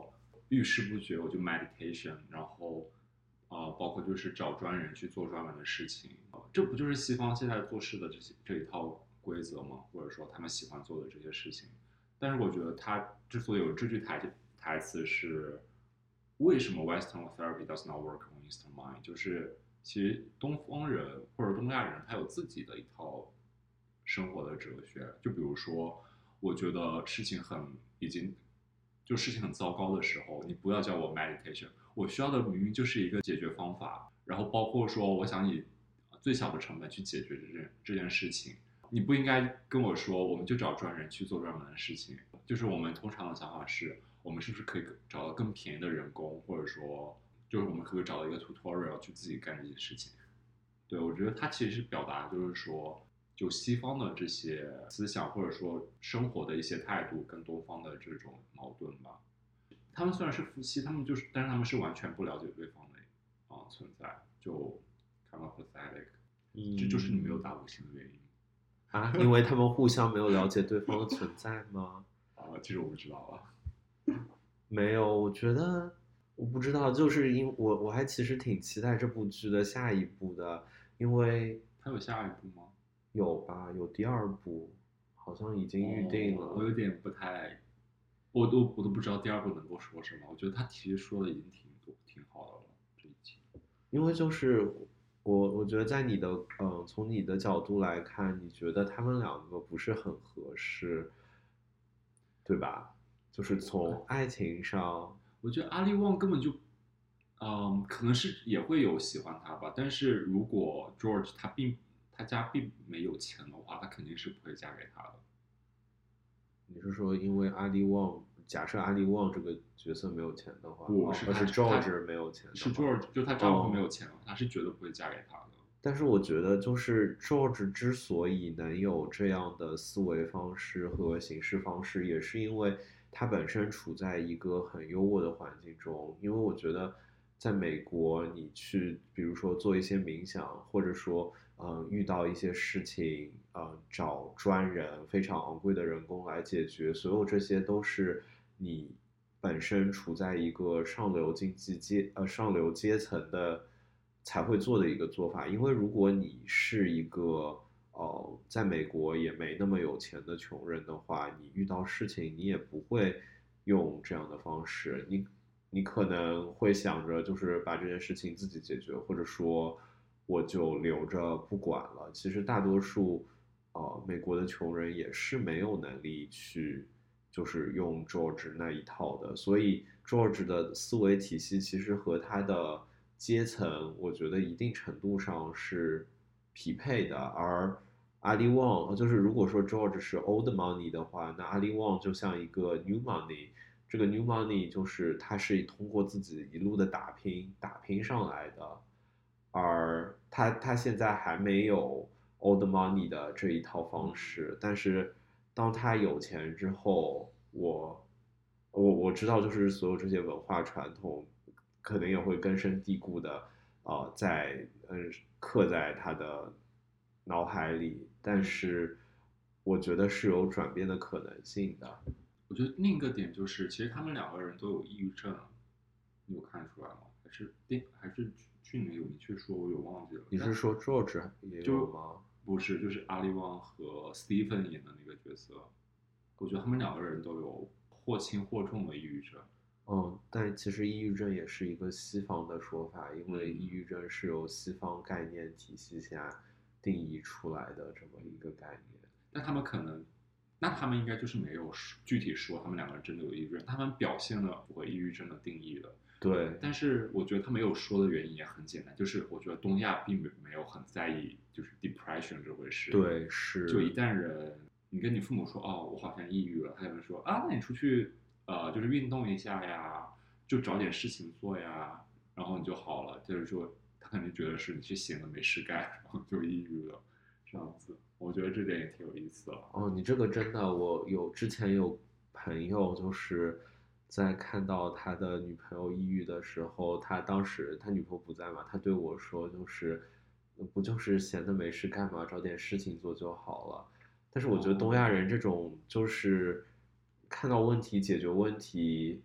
遇事不决，我就 meditation，然后啊、呃，包括就是找专人去做专门的事情，呃、这不就是西方现在做事的这些这一套规则吗？或者说他们喜欢做的这些事情？但是我觉得他之所以有这句台台词是为什么 Western therapy does not work on Eastern mind， 就是其实东方人或者东亚人他有自己的一套生活的哲学，就比如说，我觉得事情很已经就事情很糟糕的时候，你不要叫我 meditation， 我需要的明明就是一个解决方法，然后包括说我想以最小的成本去解决这件这件事情，你不应该跟我说我们就找专人去做专门的事情，就是我们通常的想法是我们是不是可以找到更便宜的人工，或者说就是我们可不可以找到一个 tutorial 去自己干这些事情。对，我觉得它其实是表达就是说就西方的这些思想或者说生活的一些态度跟东方的这种矛盾吧。他们虽然是夫妻，他们就是但是他们是完全不了解对方的啊、呃、存在，就 kind of pathetic。嗯，这就是你没有打五星的原因啊？因为他们互相没有了解对方的存在吗？ 啊，其实我不知道啊。 没有，我觉得我不知道，就是因我我还其实挺期待这部剧的下一部的，因为它有下一部吗？ 有吧，有第二部，好像已经预定了。 哦、我有点不太，我都我都不知道第二部能够说什么。我觉得他其实说的已经挺多挺好的了，这一集。 因为就是我我觉得在你的嗯、呃，从你的角度来看，你觉得他们两个不是很合适，对吧？就是从爱情上， 我觉得阿利旺根本就，嗯，可能是也会有喜欢他吧，但是如果 George 他并他家并没有钱的话，他肯定是不会嫁给他的。 你是说因为阿利旺，假设阿利旺这个角色没有钱的话， 不是， 而是 George 没有钱的话， 是 George 就她丈夫没有钱了，她、哦、是绝对不会嫁给他的。 但是我觉得，就是 George 之所以能有这样的思维方式和行事方式，也是因为他本身处在一个很优渥的环境中。因为我觉得，在美国，你去比如说做一些冥想，或者说，嗯，遇到一些事情，嗯，找专人非常昂贵的人工来解决，所有这些都是你本身处在一个上流经济阶呃上流阶层的才会做的一个做法。因为如果你是一个呃在美国也没那么有钱的穷人的话，你遇到事情你也不会用这样的方式，你你可能会想着就是把这件事情自己解决，或者说我就留着不管了。其实大多数呃美国的穷人也是没有能力去就是用 George 那一套的，所以 George 的思维体系其实和他的阶层，我觉得一定程度上是匹配的。而阿里旺就是如果说 George 是 old money 的话，那阿里旺就像一个 new money。这个 new money 就是他是通过自己一路的打拼打拼上来的，而他他现在还没有 old money 的这一套方式，但是当他有钱之后，我我我知道就是所有这些文化传统可能也会根深蒂固的呃在嗯刻在他的脑海里，但是我觉得是有转变的可能性的。 我觉得另一个点就是，其实他们两个人都有抑郁症，你有看出来吗？还是电还是剧里面有明确说，我有忘记了。 你是说 George 也有吗？ 不是，就是阿里旺和 Stephen 演的那个角色，我觉得他们两个人都有或轻或重的抑郁症。 嗯，但其实抑郁症也是一个西方的说法，因为抑郁症是由西方概念体系下定义出来的这么一个概念。 但他们可能。那他们应该就是没有具体说他们两个人真的有抑郁症，他们表现了符合抑郁症的定义的。 对， 但是我觉得他没有说的原因也很简单，就是我觉得东亚并没有很在意就是 depression 这回事。 对，是。 就一旦人你跟你父母说哦我好像抑郁了，他就会说啊那你出去呃就是运动一下呀，就找点事情做呀，然后你就好了。就是说他肯定觉得是你去闲的没事干，然后就抑郁了这样子。我觉得这点也挺有意思的。 哦，你这个真的，我有之前有朋友就是在看到他的女朋友抑郁的时候，他当时他女朋友不在嘛，他对我说就是不就是闲的没事干嘛，找点事情做就好了。但是我觉得东亚人这种就是看到问题解决问题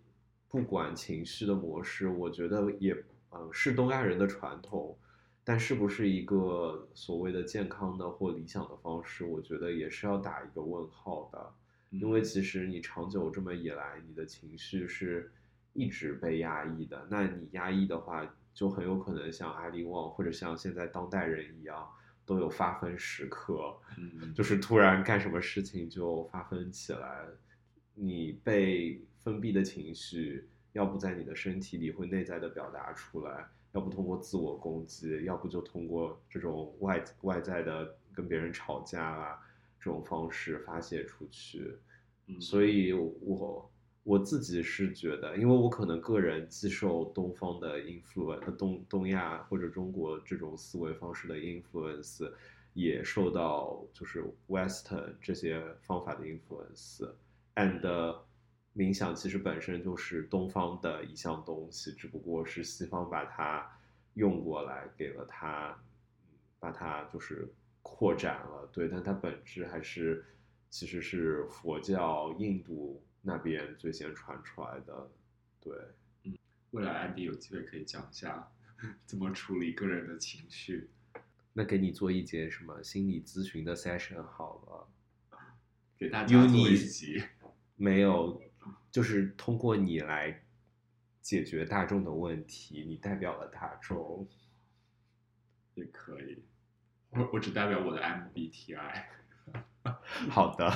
不管情绪的模式，我觉得也嗯、呃是东亚人的传统，但是不是一个所谓的健康的或理想的方式，我觉得也是要打一个问号的。因为其实你长久这么以来，你的情绪是一直被压抑的，那你压抑的话，就很有可能像阿里旺或者像现在当代人一样，都有发疯时刻， 嗯， 就是突然干什么事情就发疯起来。你被封闭的情绪，要不在你的身体里会内在的表达出来，要不通过自我攻击，要不就通过这种外外在的跟别人吵架啊这种方式发泄出去。 嗯所以我我自己是觉得，因为我可能个人既受东方的 influence，东东亚或者中国这种思维方式的 influence，也受到就是 Western 这些方法的 influence，and 冥想其实本身就是东方的一项东西，只不过是西方把它用过来，给了它，把它就是扩展了，对，但它本质还是其实是佛教印度那边最先传出来的，对。 未来安迪有机会可以讲一下怎么处理个人的情绪。 那给你做一节什么心理咨询的 session 好了， 给大家做一集。 没有，就是通过你来解决大众的问题，你代表了大众。 也可以，我我只代表我的 M B T I。 好的。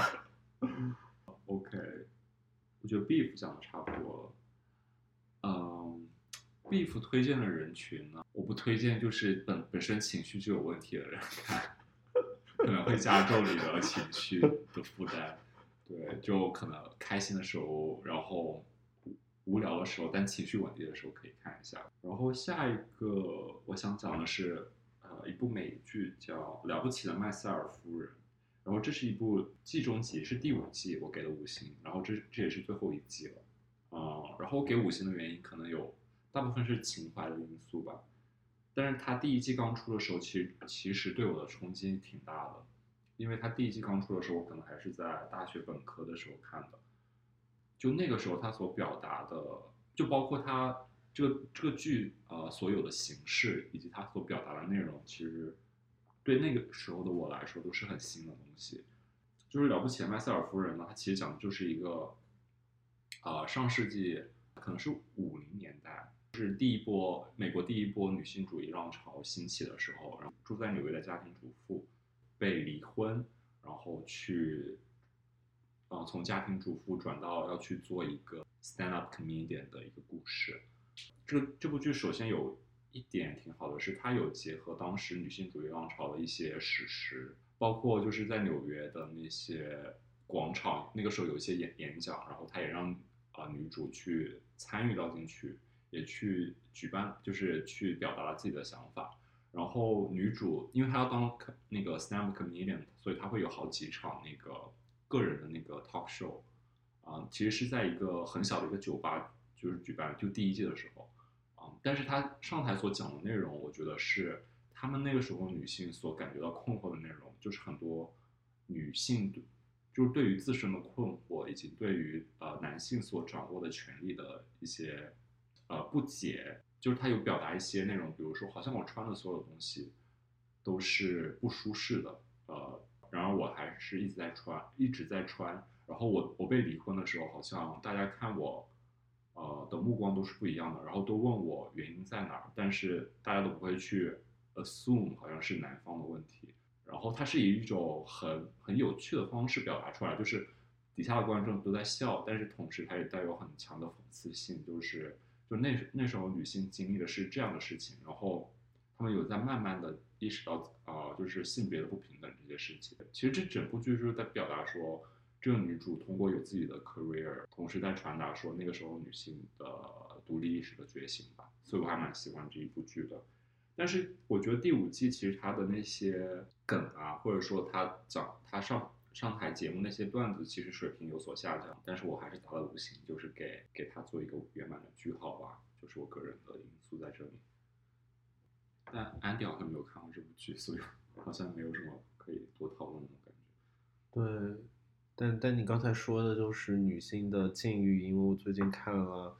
OK， 我觉得 Beef 讲的差不多了。嗯，Beef 推荐的人群呢，我不推荐就是本本身情绪就有问题的人看，可能会加重你的情绪的负担。对，就可能开心的时候，然后无聊的时候，但情绪稳定的时候可以看一下。然后下一个我想讲的是，呃，一部美剧叫《了不起的麦瑟尔夫人》，然后这是一部季中集，是第五季，我给了五星，然后这这也是最后一季了。嗯，然后我给五星的原因可能有大部分是情怀的因素吧，但是它第一季刚出的时候，其实其实对我的冲击挺大的，因为它第一季刚出的时候，我可能还是在大学本科的时候看的，就那个时候它所表达的，就包括它这个这个剧呃所有的形式以及它所表达的内容，其实对那个时候的我来说都是很新的东西。就是了不起的麦瑟尔夫人呢，它其实讲的就是一个，呃，上世纪可能是五零年代，是第一波美国第一波女性主义浪潮兴起的时候，然后住在纽约的家庭主妇被离婚，然后去，呃，从家庭主妇转到要去做一个 stand up comedian 的一个故事。这这部剧首先有一点挺好的是，它有结合当时女性主义浪潮的一些史实，包括就是在纽约的那些广场，那个时候有一些演演讲，然后他也让啊、呃、女主去参与到进去，也去举办，就是去表达了自己的想法。然后女主因为她要当那个 stand-up comedian，所以她会有好几场那个个人的那个 talk show，啊、呃，其实是在一个很小的一个酒吧就是举办，就第一季的时候。嗯，但是他上台所讲的内容，我觉得是他们那个时候女性所感觉到困惑的内容，就是很多女性就是对于自身的困惑，以及对于呃男性所掌握的权利的一些呃不解，就是他有表达一些内容，比如说好像我穿的所有东西都是不舒适的，呃，然而我还是一直在穿，一直在穿，然后我我被离婚的时候，好像大家看我。呃的目光都是不一样的，然后都问我原因在哪儿，但是大家都不会去 assume 好像是男方的问题，然后他是以一种很很有趣的方式表达出来，就是底下的观众都在笑，但是同时它也带有很强的讽刺性，就是就那那时候女性经历的是这样的事情，然后他们有在慢慢的意识到啊、呃，就是性别的不平等这些事情。其实这整部剧就是在表达说。这个女主通过有自己的 career， 同时在传达说那个时候女性的独立意识的觉醒吧，所以我还蛮喜欢这一部剧的。但是我觉得第五季其实它的那些梗啊，或者说他讲他上上台节目那些段子，其实水平有所下降，但是我还是打了五星，就是给给他做一个圆满的句号吧，就是我个人的因素在这里。但安迪好像没有看过这部剧，所以好像没有什么可以多讨论的感觉。对。但但你刚才说的就是女性的境遇，因为我最近看了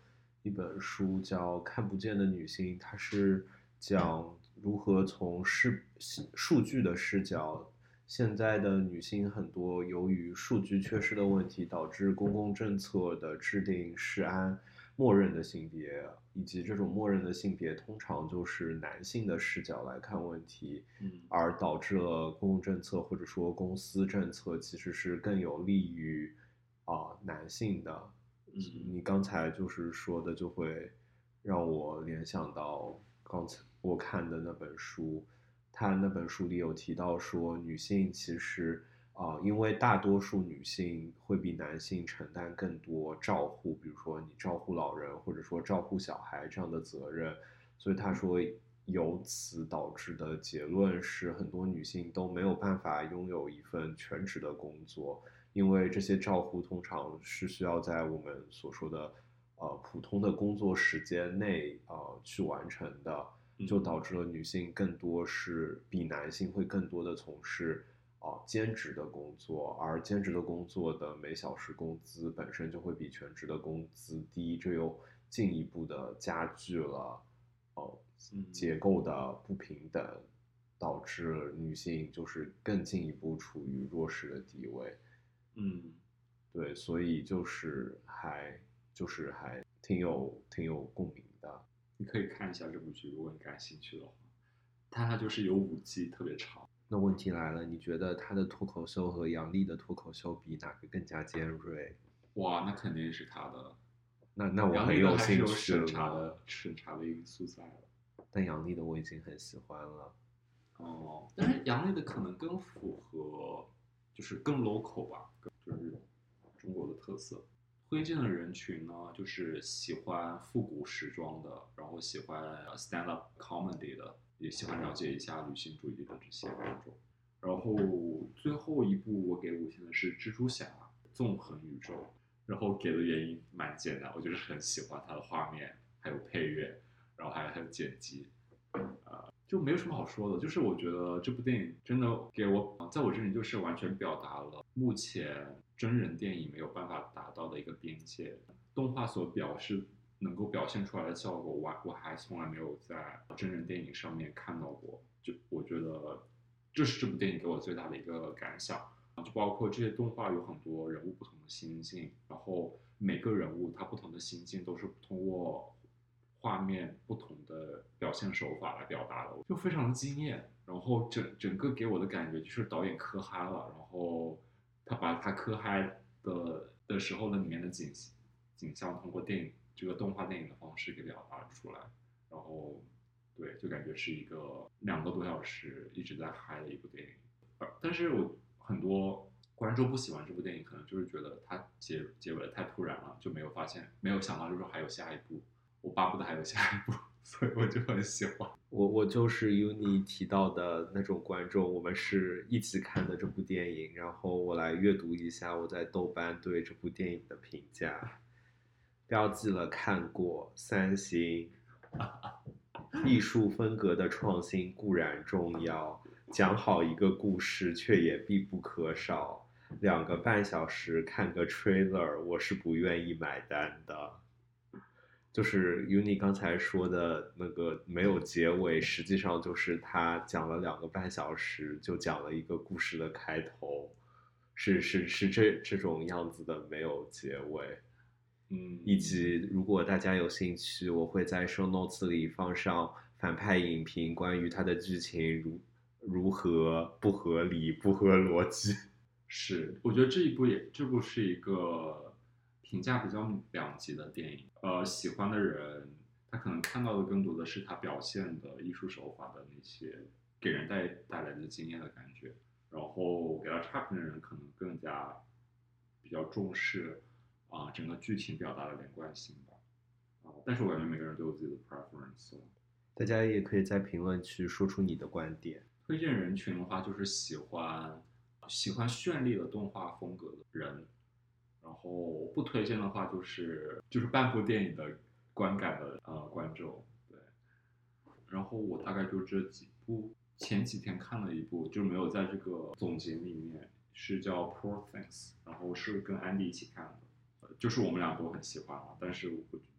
一本书叫《看不见的女性》，它是讲如何从视数据的视角，现在的女性很多由于数据缺失的问题，导致公共政策的制定是按默认的性别，以及这种默认的性别通常就是男性的视角来看问题， 嗯， 而导致了公共政策或者说公司政策其实是更有利于啊、呃男性的。 嗯， 你刚才就是说的，就会让我联想到刚才我看的那本书，他那本书里有提到说，女性其实啊、呃因为大多数女性会比男性承担更多照护，比如说你照顾老人或者说照顾小孩这样的责任，所以他说由此导致的结论是，很多女性都没有办法拥有一份全职的工作。因为这些照护通常是需要在我们所说的呃普通的工作时间内呃去完成的，就导致了女性更多是比男性会更多的从事啊、呃、兼职的工作，而兼职的工作的每小时工资本身就会比全职的工资低，这又进一步的加剧了呃结构的不平等，导致女性就是更进一步处于弱势的地位。 嗯， 对，所以就是还就是还挺有挺有共鸣的。 你可以看一下这部剧，如果你感兴趣的话。它就是有五季，特别长。 那问题来了，你觉得他的脱口秀和杨笠的脱口秀比哪个更加尖锐？ 哇，那肯定是他的。 那那我杨很笠的还是有兴趣审查了。 的审查的因素在的。 但杨笠的我已经很喜欢了。 哦，但是杨笠的可能更符合，就是更 local 吧，就是中国的特色。推荐的人群呢，就是喜欢复古时装的，然后喜欢 stand up comedy 的，也喜欢了解一下女性主义的这些观众。然后最后一部我给五星的是蜘蛛侠纵横宇宙，然后给的原因蛮简单，我就是很喜欢它的画面，还有配乐，然后还有还有剪辑，呃，就没有什么好说的。就是我觉得这部电影真的给我，在我这里就是完全表达了目前真人电影没有办法达到的一个边界，动画所表示能够表现出来的效果，我我还从来没有在真人电影上面看到过。就我觉得这是这部电影给我最大的一个感想。就包括这些动画有很多人物不同的心境，然后每个人物他不同的心境都是通过画面不同的表现手法来表达的，就非常的惊艳。然后整整个给我的感觉就是导演磕嗨了，然后他把他磕嗨的的时候的里面的景景象通过电影这个动画电影的方式给表达出来，然后对，就感觉是一个两个多小时一直在嗨的一部电影。但是我很多观众不喜欢这部电影，可能就是觉得它结结尾的太突然了，就没有发现，没有想到就是还有下一部，我巴不得还有下一部，所以我就很喜欢。 我我就是 Uni 提到的那种观众，我们是一起看的这部电影，然后我来阅读一下我在豆瓣对这部电影的评价，标记了看过三星。艺术风格的创新固然重要，讲好一个故事却也必不可少。两个半小时看个 trailer， 我是不愿意买单的。就是 Uni 刚才说的那个没有结尾，实际上就是他讲了两个半小时，就讲了一个故事的开头，是是是这这种样子的，没有结尾。 嗯， 以及如果大家有兴趣，我会在 show notes 里放上反派影评，关于它的剧情如如何不合理、不合逻辑。 是，我觉得这一部也这部是一个评价比较两极的电影。呃，喜欢的人他可能看到的更多的是他表现的艺术手法的那些给人带带来的惊艳的感觉，然后给他差评的人可能更加比较重视啊、整个剧情表达的连贯性吧。啊、但是我感觉每个人都有自己的 preference。 大家也可以在评论区说出你的观点。 推荐人群的话，就是喜欢喜欢绚丽的动画风格的人，然后不推荐的话，就是就是半部电影的观感的呃观众。对，然后我大概就这几部，前几天看了一部，就没有在这个总结里面，是叫 Poor Things，然后是跟安迪一起看的，就是我们俩都很喜欢啊，但是我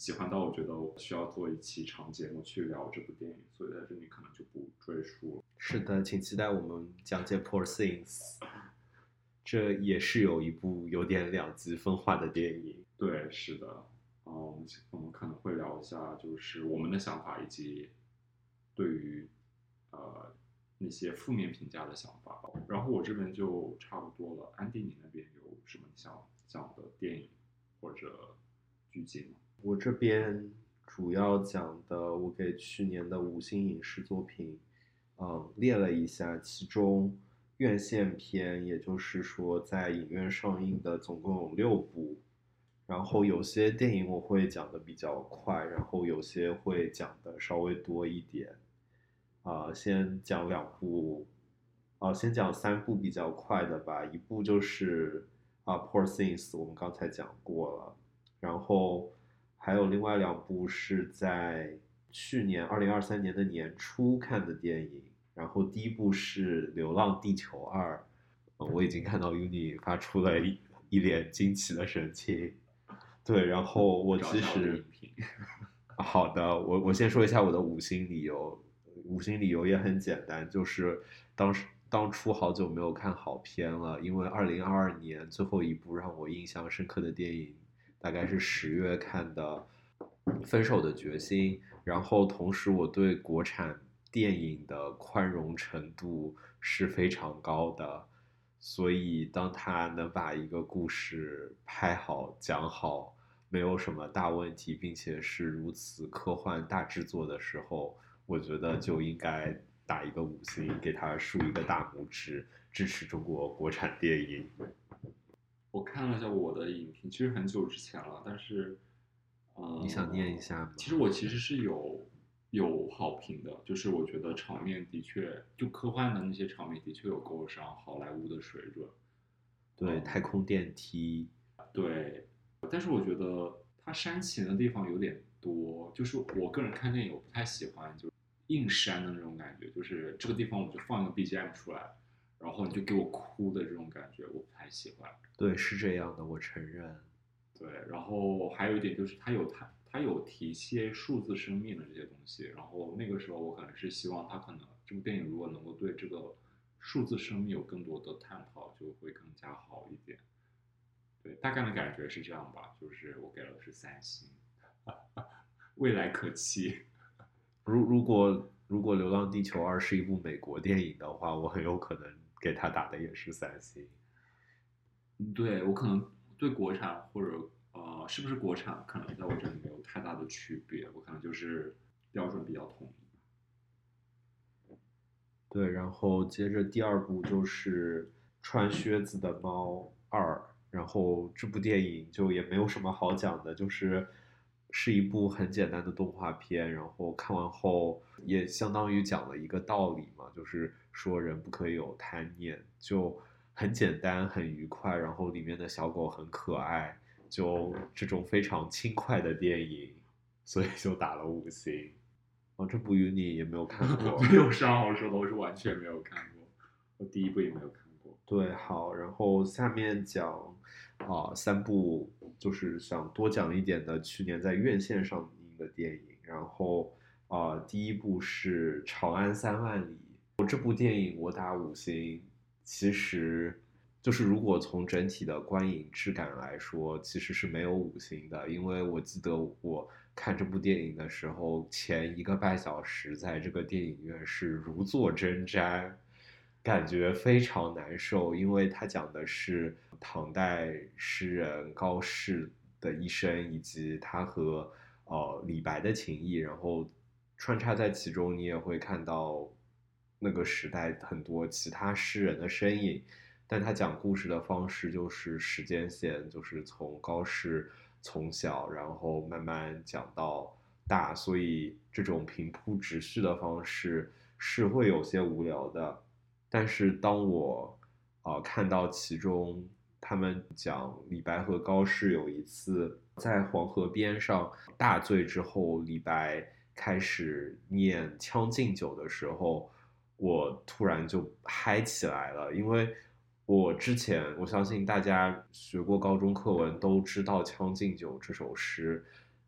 喜欢到我觉得我需要做一期长节目去聊这部电影，所以在这里可能就不赘述了。 是的，请期待我们讲解 Poor Things， 这也是有一部有点两极分化的电影。 对，是的。嗯，我们我们可能会聊一下，就是我们的想法以及对于呃那些负面评价的想法。然后我这边就差不多了。安迪，你那边有什么想讲的电影或者剧集吗？ 我这边主要讲的，我给去年的五星影视作品，嗯，列了一下，其中院线片，也就是说在影院上映的总共有六部。然后有些电影我会讲的比较快，然后有些会讲的稍微多一点。啊、呃，先讲两部，啊、呃，先讲三部比较快的吧。一部就是啊，《呃，Poor Things》，我们刚才讲过了。然后还有另外两部是在去年二零二三年的年初看的电影。然后第一部是《流浪地球二》，呃，我已经看到 Uni 发出了一一脸惊奇的神情。对，然后我其实，好的，我我先说一下我的五星理由。五星理由也很简单，就是当时当初好久没有看好片了，因为二零二二年最后一部让我印象深刻的电影，大概是十月看的《分手的决心》，然后同时我对国产电影的宽容程度是非常高的。所以当他能把一个故事拍好讲好，没有什么大问题，并且是如此科幻大制作的时候，我觉得就应该打一个五星，给他竖一个大拇指，支持中国国产电影。 我看了一下我的影评，其实很久之前了，但是，呃， 你想念一下吗？ 其实我其实是有有好评的，就是我觉得场面的确，就科幻的那些场面的确有够上好莱坞的水准。 对， 嗯、 太空电梯。 对，但是我觉得它煽情的地方有点多，就是我个人看电影我不太喜欢就硬煽的那种感觉，就是这个地方我就放一个 B G M 出来，然后你就给我哭的这种感觉，我不太喜欢。 对，是这样的，我承认。 对，然后还有一点就是它有它它有提一些数字生命的这些东西，然后那个时候我可能是希望它可能这部电影如果能够对这个数字生命有更多的探讨，就会更加好一点。对，大概的感觉是这样吧，就是我给了是三星，未来可期。 如如果如果《流浪地球二》是一部美国电影的话，我很有可能给他打的也是三星。 对，我可能对国产或者呃是不是国产，可能在我这里没有太大的区别，我可能就是标准比较统一。 对，然后接着第二部就是穿靴子的猫二，然后这部电影就也没有什么好讲的，就是是一部很简单的动画片，然后看完后也相当于讲了一个道理嘛，就是说人不可以有贪念，就很简单很愉快，然后里面的小狗很可爱，就这种非常轻快的电影，所以就打了五星。哦，这部与你也没有看过。 没有啥好说的，我是完全没有看过，我第一部也没有看过。 对，好，然后下面讲啊、呃、三部，就是想多讲一点的去年在院线上映的电影。然后啊、呃，第一部是《长安三万里》，这部电影我打五星。其实就是如果从整体的观影质感来说，其实是没有五星的，因为我记得我看这部电影的时候，前一个半小时在这个电影院是如坐针毡，感觉非常难受，因为它讲的是唐代诗人高适的一生，以及他和呃李白的情谊，然后穿插在其中，你也会看到那个时代很多其他诗人的身影。但他讲故事的方式就是时间线，就是从高适从小，然后慢慢讲到大，所以这种平铺直叙的方式是会有些无聊的。但是当我呃看到其中他们讲李白和高适有一次在黄河边上大醉之后，李白开始念《将进酒》的时候，我突然就嗨起来了，因为我之前我相信大家学过高中课文都知道《将进酒》这首诗，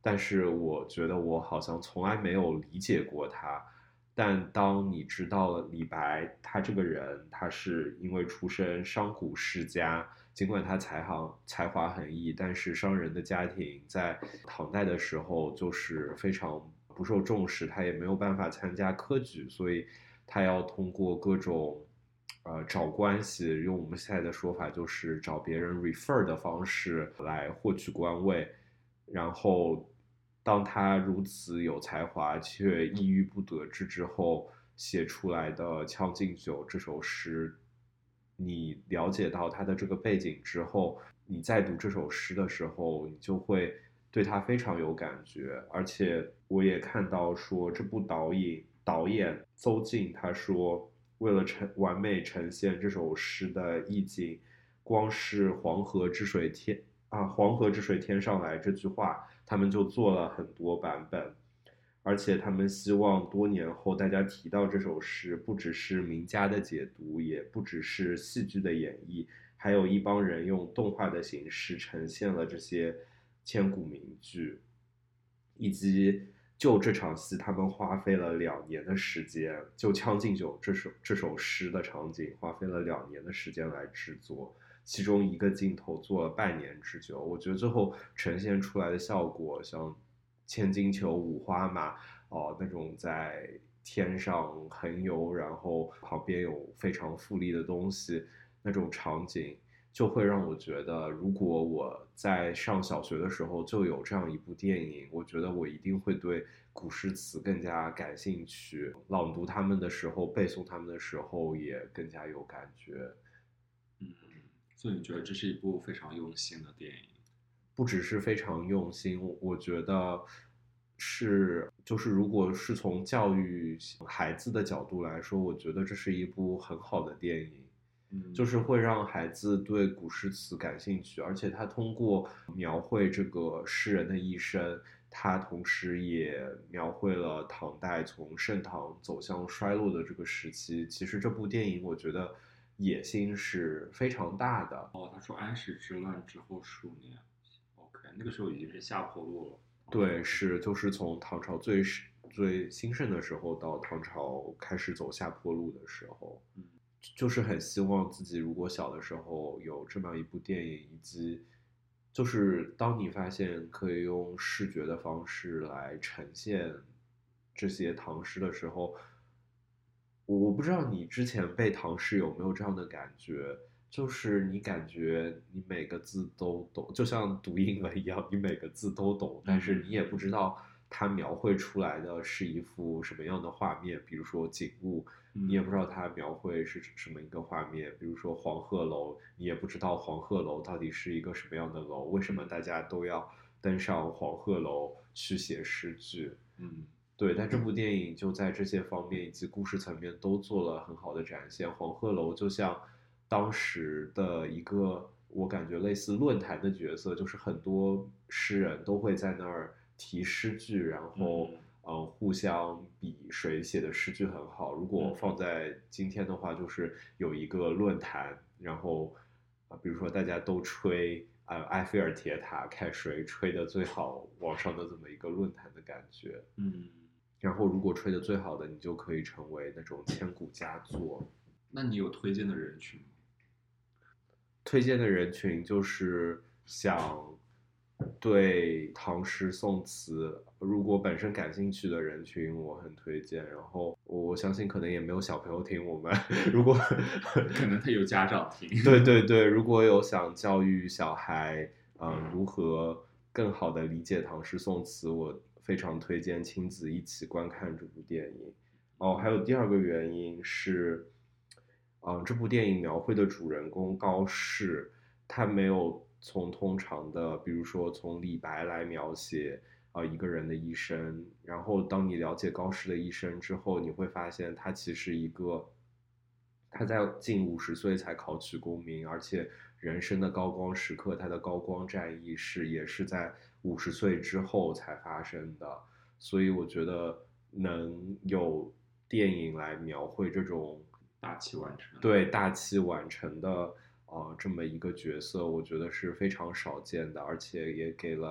但是我觉得我好像从来没有理解过他。但当你知道了李白他这个人，他是因为出身商贾世家，尽管他才行才华横溢，但是商人的家庭在唐代的时候就是非常不受重视，他也没有办法参加科举，所以他要通过各种呃找关系，用我们现在的说法就是找别人 refer 的方式来获取官位。然后当他如此有才华却抑郁不得志之后写出来的《将进酒》这首诗，你了解到他的这个背景之后，你在读这首诗的时候，你就会对他非常有感觉。而且我也看到说，这部导演导演邹静他说，为了呈完美呈现这首诗的意境，光是黄河之水天啊，黄河之水天上来这句话，他们就做了很多版本。而且他们希望多年后大家提到这首诗，不只是名家的解读，也不只是戏剧的演绎，还有一帮人用动画的形式呈现了这些千古名句，以及就这场戏，他们花费了两年的时间，就《将进酒》这首这首诗的场景，花费了两年的时间来制作，其中一个镜头做了半年之久。我觉得最后呈现出来的效果，像千金裘、五花马哦、呃，那种在天上横游，然后旁边有非常富丽的东西，那种场景，就会让我觉得，如果我在上小学的时候就有这样一部电影，我觉得我一定会对古诗词更加感兴趣，朗读他们的时候，背诵他们的时候也更加有感觉。 嗯，所以你觉得这是一部非常用心的电影？ 不只是非常用心，我觉得是，就是如果是从教育孩子的角度来说，我觉得这是一部很好的电影。 嗯， 就是会让孩子对古诗词感兴趣，而且他通过描绘这个诗人的一生，他同时也描绘了唐代从盛唐走向衰落的这个时期。其实这部电影我觉得野心是非常大的。 哦，他说安史之乱之后数年 ，OK，那个时候已经是下坡路了。 对，是就是从唐朝最最兴盛的时候到唐朝开始走下坡路的时候。 嗯， 就是很希望自己如果小的时候有这么一部电影，以及就是当你发现可以用视觉的方式来呈现这些唐诗的时候，我不知道你之前背唐诗有没有这样的感觉，就是你感觉你每个字都懂，就像读英文一样，你每个字都懂，但是你也不知道它描绘出来的是一幅什么样的画面，比如说景物。你也不知道它描绘是什么一个画面，比如说黄鹤楼，你也不知道黄鹤楼到底是一个什么样的楼，为什么大家都要登上黄鹤楼去写诗句？ 嗯， 对，但这部电影就在这些方面以及故事层面都做了很好的展现。黄鹤楼就像当时的一个，我感觉类似论坛的角色，就是很多诗人都会在那儿提诗句，然后。 嗯嗯，互相比谁写的诗句很好。如果放在今天的话，就是有一个论坛，然后，啊，比如说大家都吹呃埃菲尔铁塔，看谁吹的最好，网上的这么一个论坛的感觉。 嗯， 然后如果吹的最好的，你就可以成为那种千古佳作。 那你有推荐的人群吗？ 推荐的人群就是想对唐诗宋词，如果本身感兴趣的人群，我很推荐。然后我相信可能也没有小朋友听我们，如果可能他有家长听。 对对对，如果有想教育小孩，嗯，如何更好的理解唐诗宋词，我非常推荐亲子一起观看这部电影。哦，还有第二个原因是，嗯，这部电影描绘的主人公高适，他没有从通常的，比如说从李白来描写啊、呃、一个人的一生，然后当你了解高适的一生之后，你会发现他其实一个，他在近五十岁才考取功名，而且人生的高光时刻，他的高光战役是也是在五十岁之后才发生的，所以我觉得能有电影来描绘这种大器晚成。 对大器晚成的呃这么一个角色，我觉得是非常少见的，而且也给了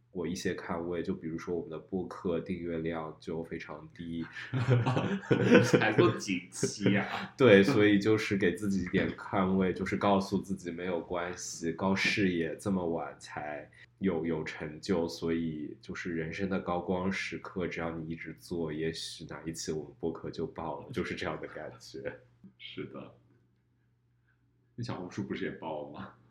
过一些看位，就比如说我们的播客订阅量就非常低， 还做几期啊？ 对，所以就是给自己一点看位，就是告诉自己没有关系，高视野这么晚才有有成就，所以就是人生的高光时刻，只要你一直做，也许哪一期我们播客就爆了，就是这样的感觉。 是的，你小红书不是也爆了吗？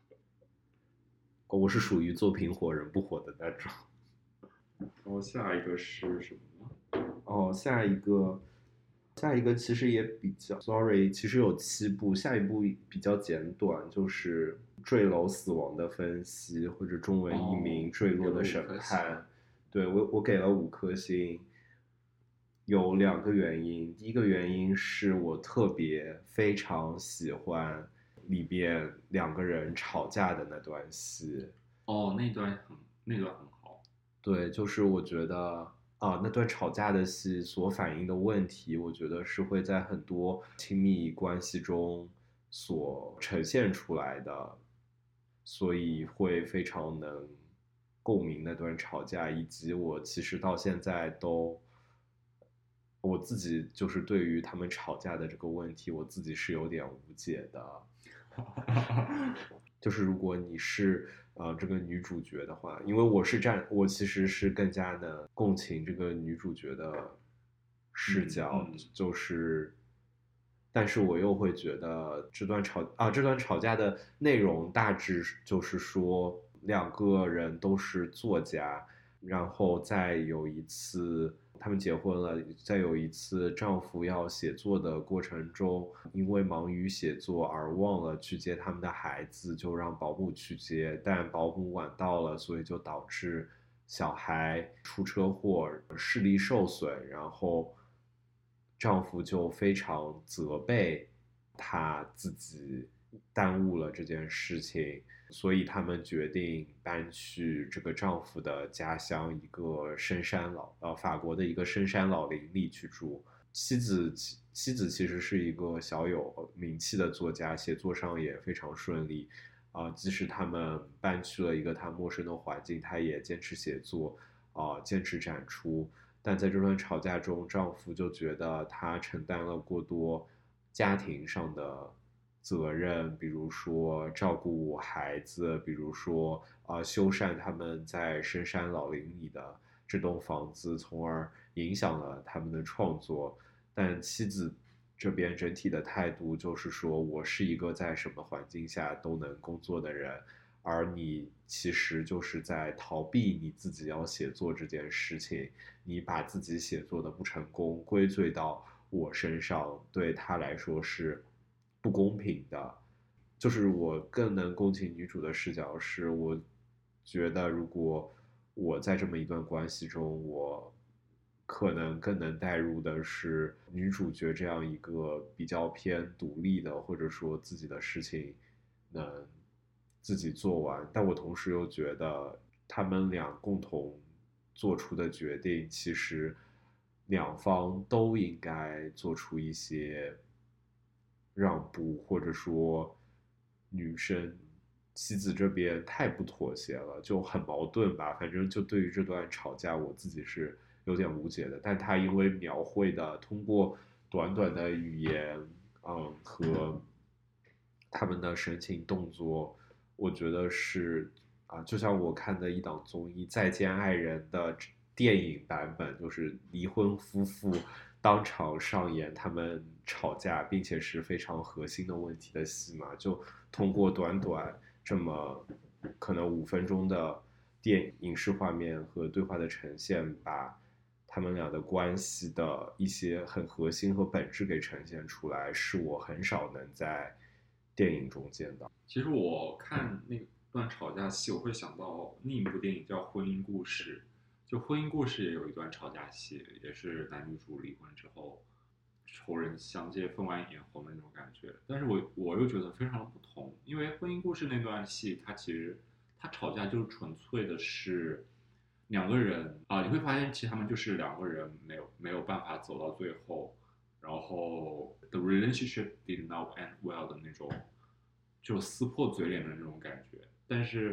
我是属于作品火人不火的那种。 然后下一个是什么呢？ 哦，下一个，下一个其实也比较，sorry，其实有七部，下一部比较简短，就是坠楼死亡的分析，或者中文译名《坠落的审判》。哦、对我，我给了五颗星，有两个原因。第一个原因是我特别非常喜欢里边两个人吵架的那段戏。 哦，那段很，那段很好。 对，就是我觉得。啊，那段吵架的戏所反映的问题，我觉得是会在很多亲密关系中所呈现出来的，所以会非常能共鸣那段吵架，以及我其实到现在都，我自己就是对于他们吵架的这个问题，我自己是有点无解的。就是如果你是呃这个女主角的话，因为我是站，我其实是更加的共情这个女主角的视角， 嗯嗯、 就是，但是我又会觉得这段吵啊这段吵架的内容大致就是说两个人都是作家，然后再有一次。他们结婚了，在有一次丈夫要写作的过程中，因为忙于写作而忘了去接他们的孩子，就让保姆去接，但保姆晚到了，所以就导致小孩出车祸，视力受损，然后丈夫就非常责备他自己耽误了这件事情。所以他们决定搬去这个丈夫的家乡一个深山老呃法国的一个深山老林里去住。妻子妻子其实是一个小有名气的作家，写作上也非常顺利啊、呃。即使他们搬去了一个他陌生的环境，他也坚持写作啊、呃，坚持展出。但在这段吵架中，丈夫就觉得他承担了过多家庭上的责任，比如说照顾孩子，比如说啊、呃、修缮他们在深山老林里的这栋房子，从而影响了他们的创作。但妻子这边整体的态度就是说，我是一个在什么环境下都能工作的人，而你其实就是在逃避你自己要写作这件事情，你把自己写作的不成功归罪到我身上，对他来说是不公平的。就是我更能共情女主的视角是，我觉得如果我在这么一段关系中，我可能更能带入的是女主角这样一个比较偏独立的，或者说自己的事情能自己做完。但我同时又觉得他们俩共同做出的决定，其实两方都应该做出一些让步，或者说女生妻子这边太不妥协了，就很矛盾吧。反正就对于这段吵架，我自己是有点无解的。但他因为描绘的通过短短的语言，嗯，和他们的神情动作，我觉得是啊，就像我看的一档综艺《再见爱人》的电影版本，就是离婚夫妇当场上演他们吵架，并且是非常核心的问题的戏嘛，就通过短短这么可能五分钟的电影视画面和对话的呈现，把他们俩的关系的一些很核心和本质给呈现出来，是我很少能在电影中见到。 其实我看那段吵架戏，我会想到另一部电影叫《婚姻故事》，就《婚姻故事》也有一段吵架戏，也是男女主离婚之后，仇人相见，分外眼红的那种感觉。但是我我又觉得非常的不同，因为《婚姻故事》那段戏，它其实它吵架就是纯粹的是两个人啊、呃，你会发现其实他们就是两个人没有没有办法走到最后，然后 the relationship did not end well 的那种。就撕破嘴脸的那种感觉，但是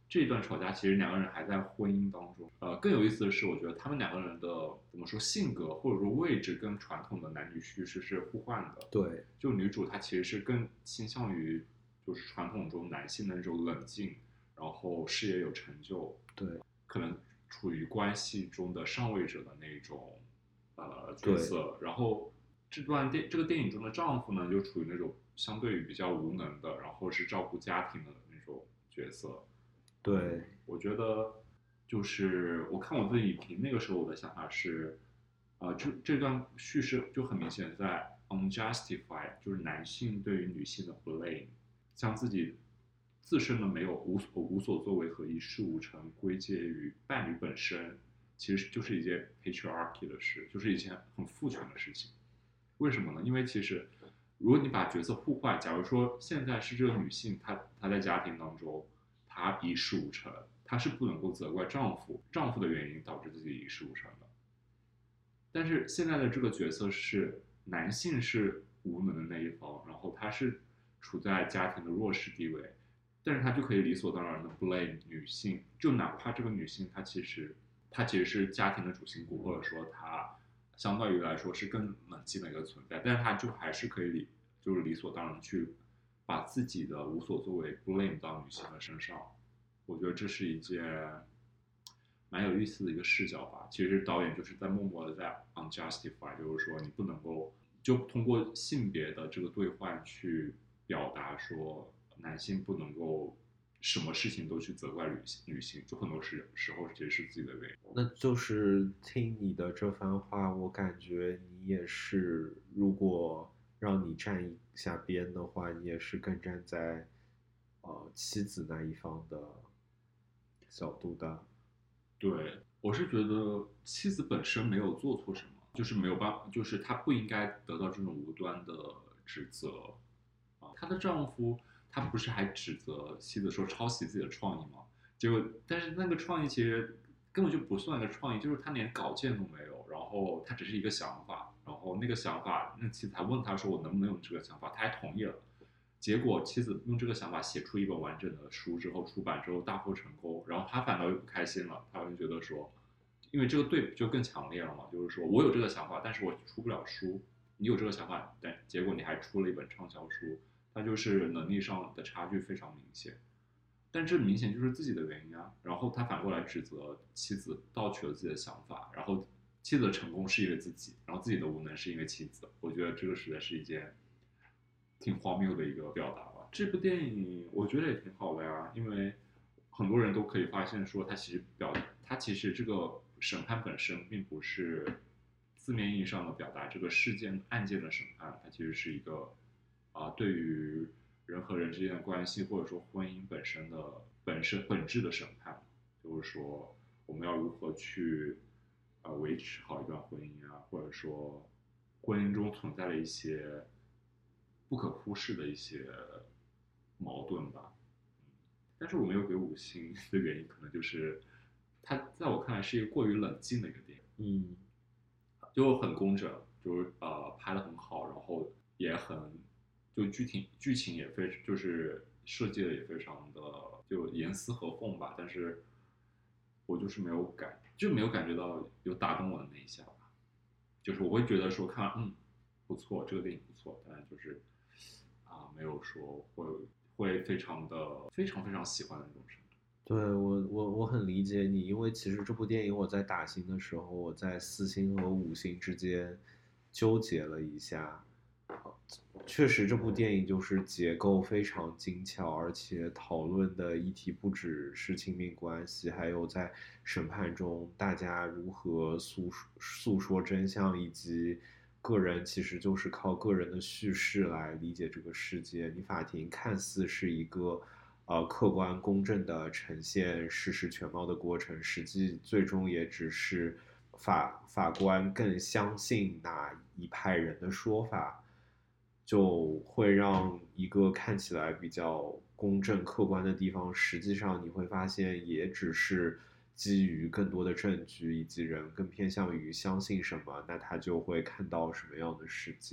这一段吵架其实两个人还在婚姻当中。呃，更有意思的是，我觉得他们两个人的怎么说性格或者说位置跟传统的男女叙事是互换的。 对， 就女主她其实是更倾向于就是传统中男性的那种冷静，然后事业有成就， 对， 可能处于关系中的上位者的那种呃角色。然后这段电这个电影中的丈夫呢，就处于那种相对于比较无能的，然后是照顾家庭的那种角色。 对， 我觉得就是我看我自己评那个时候，我的想法是，呃，这这段叙事就很明显在 unjustified，就是男性对于女性的 blame，将自己自身的没有无所无所作为和一事无成归结于伴侣本身，其实就是一件 patriarchy 的事，就是一件很父权的事情。为什么呢？因为其实如果你把角色互换，假如说现在是这个女性，她她在家庭当中。她一事无成，她是不能够责怪丈夫，丈夫的原因导致自己一事无成的。但是现在的这个角色是男性是无能的那一方，然后他是处在家庭的弱势地位，但是他就可以理所当然的 blame 女性，就哪怕这个女性她其实她其实是家庭的主心骨，或者说她相对于来说是更冷静的一个存在，但是她就还是可以理就是理所当然的去把自己的无所作为 blame 到女性的身上。我觉得这是一件蛮有意思的一个视角吧。其实导演就是在默默的在 unjustify， 就是说你不能够就通过性别的这个兑换去表达说男性不能够什么事情都去责怪女性，女性就很多时时候其实是自己的原因。 那就是听你的这番话，我感觉你也是，如果让你站一下边的话，你也是更站在呃妻子那一方的角度的。 对，我是觉得妻子本身没有做错什么，就是没有办法，就是她不应该得到这种无端的指责啊。她的丈夫他不是还指责妻子说抄袭自己的创意吗？结果，但是那个创意其实根本就不算一个创意，就是他连稿件都没有，然后他只是一个想法，然后那个想法，那妻子还问他说我能不能用这个想法，他还同意了。结果妻子用这个想法写出一本完整的书之后，出版之后大获成功，然后他反倒又不开心了，他就觉得说，因为这个对比就更强烈了嘛，就是说我有这个想法，但是我出不了书，你有这个想法，但结果你还出了一本畅销书，他就是能力上的差距非常明显。但这明显就是自己的原因啊，然后他反过来指责妻子盗取了自己的想法，然后妻子的成功是因为自己，然后自己的无能是因为妻子，我觉得这个实在是一件挺荒谬的一个表达吧。这部电影我觉得也挺好的呀，因为很多人都可以发现说，它其实表，它其实这个审判本身并不是字面意义上的表达这个事件案件的审判，它其实是一个啊、呃、对于人和人之间的关系，或者说婚姻本身的本身本质的审判，就是说我们要如何去呃维持好一段婚姻啊，或者说婚姻中存在的一些不可忽视的一些矛盾吧。但是我没有给五星的原因，可能就是它在我看来是一个过于冷静的一个电影， 嗯， 就很工整，就是呃拍的很好，然后也很就剧情剧情也非就是设计的也非常的就严丝合缝吧，但是我就是没有感就没有感觉到有打动我的那一下吧，就是我会觉得说看完嗯不错，这个电影不错，但就是啊没有说会会非常的非常非常喜欢的那种程度。 对，我我我很理解你，因为其实这部电影我在打星的时候，我在四星和五星之间纠结了一下。确实，这部电影就是结构非常精巧，而且讨论的议题不只是亲密关系，还有在审判中大家如何诉诉说真相，以及个人其实就是靠个人的叙事来理解这个世界。你法庭看似是一个呃客观公正的呈现事实全貌的过程，实际最终也只是法法官更相信哪一派人的说法。就会让一个看起来比较公正客观的地方，实际上你会发现也只是基于更多的证据，以及人更偏向于相信什么，那他就会看到什么样的世界。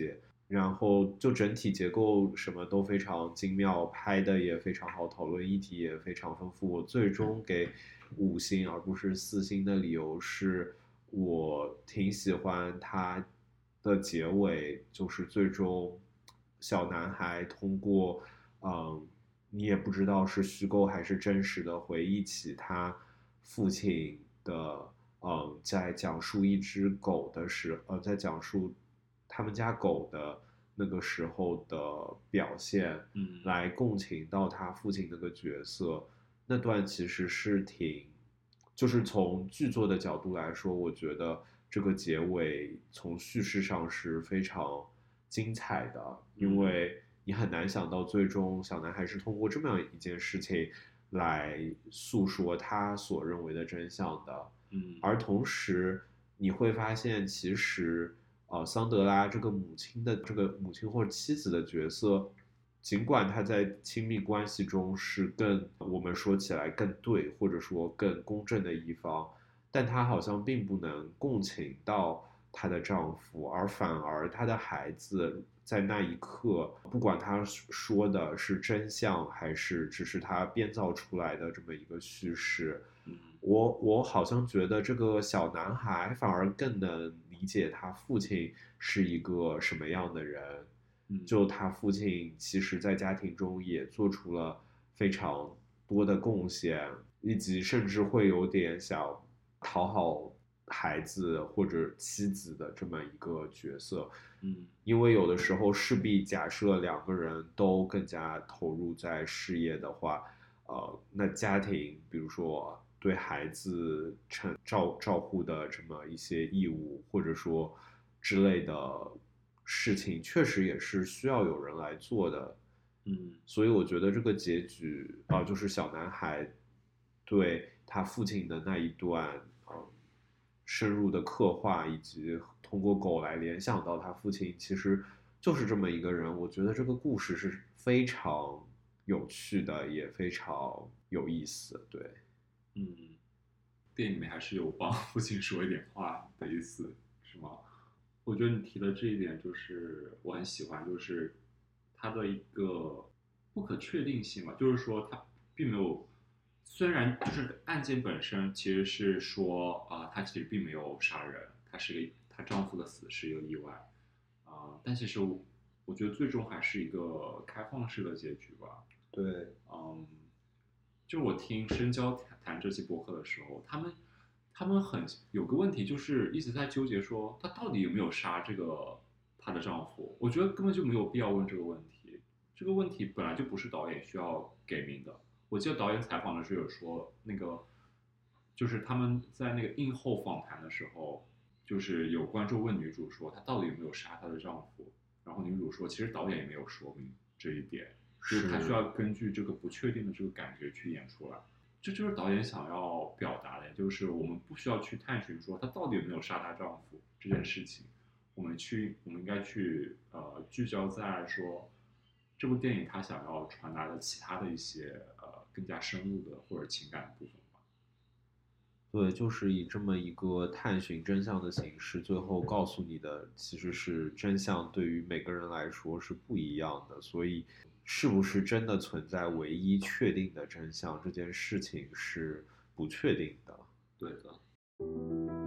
然后就整体结构什么都非常精妙，拍的也非常好，讨论议题也非常丰富。我最终给五星而不是四星的理由是，我挺喜欢它的结尾，就是最终小男孩通过，嗯，你也不知道是虚构还是真实的，回忆起他父亲的。嗯，在讲述一只狗的时，呃，在讲述他们家狗的那个时候的表现， 嗯， 来共情到他父亲那个角色，那段其实是挺，就是从剧作的角度来说，我觉得这个结尾从叙事上是非常精彩的，因为你很难想到最终小男孩是通过这么样一件事情来诉说他所认为的真相的。 嗯， 而同时你会发现，其实呃，桑德拉这个母亲的这个母亲或者妻子的角色，尽管她在亲密关系中是更我们说起来更对，或者说更公正的一方，但她好像并不能共情到她的丈夫，而反而她的孩子在那一刻，不管她说的是真相，还是只是她编造出来的这么一个叙事。我我好像觉得这个小男孩反而更能理解他父亲是一个什么样的人，就他父亲其实在家庭中也做出了非常多的贡献，以及甚至会有点想讨好孩子或者妻子的这么一个角色。 嗯， 因为有的时候势必假设两个人都更加投入在事业的话，呃，那家庭比如说对孩子承照照护的这么一些义务，或者说之类的事情，确实也是需要有人来做的。 嗯， 所以我觉得这个结局啊、呃就是小男孩对他父亲的那一段呃深入的刻画，以及通过狗来联想到他父亲其实就是这么一个人，我觉得这个故事是非常有趣的，也非常有意思。对， 嗯，电影里面还是有帮父亲说一点话的意思，是吗？我觉得你提的这一点就是我很喜欢，就是它的一个不可确定性嘛，就是说他并没有，虽然就是案件本身其实是说啊、他其实并没有杀人，他是一个她丈夫的死是一个意外啊、但其实我我觉得最终还是一个开放式的结局吧。 对， 嗯，就我听深交谈谈这期播客的时候，他们他们很有个问题，就是一直在纠结说她到底有没有杀这个她的丈夫。我觉得根本就没有必要问这个问题，这个问题本来就不是导演需要给明的。我记得导演采访的时候有说，那个就是他们在那个映后访谈的时候，就是有观众问女主说她到底有没有杀她的丈夫，然后女主说其实导演也没有说明这一点。就是他需要根据这个不确定的这个感觉去演出来，这就是导演想要表达的，就是我们不需要去探寻说她到底有没有杀她丈夫这件事情，我们去我们应该去呃聚焦在说这部电影它想要传达的其他的一些呃更加深入的或者情感的部分吧。 对，就是以这么一个探寻真相的形式，最后告诉你的其实是真相对于每个人来说是不一样的，所以是不是真的存在唯一确定的真相这件事情是不确定的。 对的。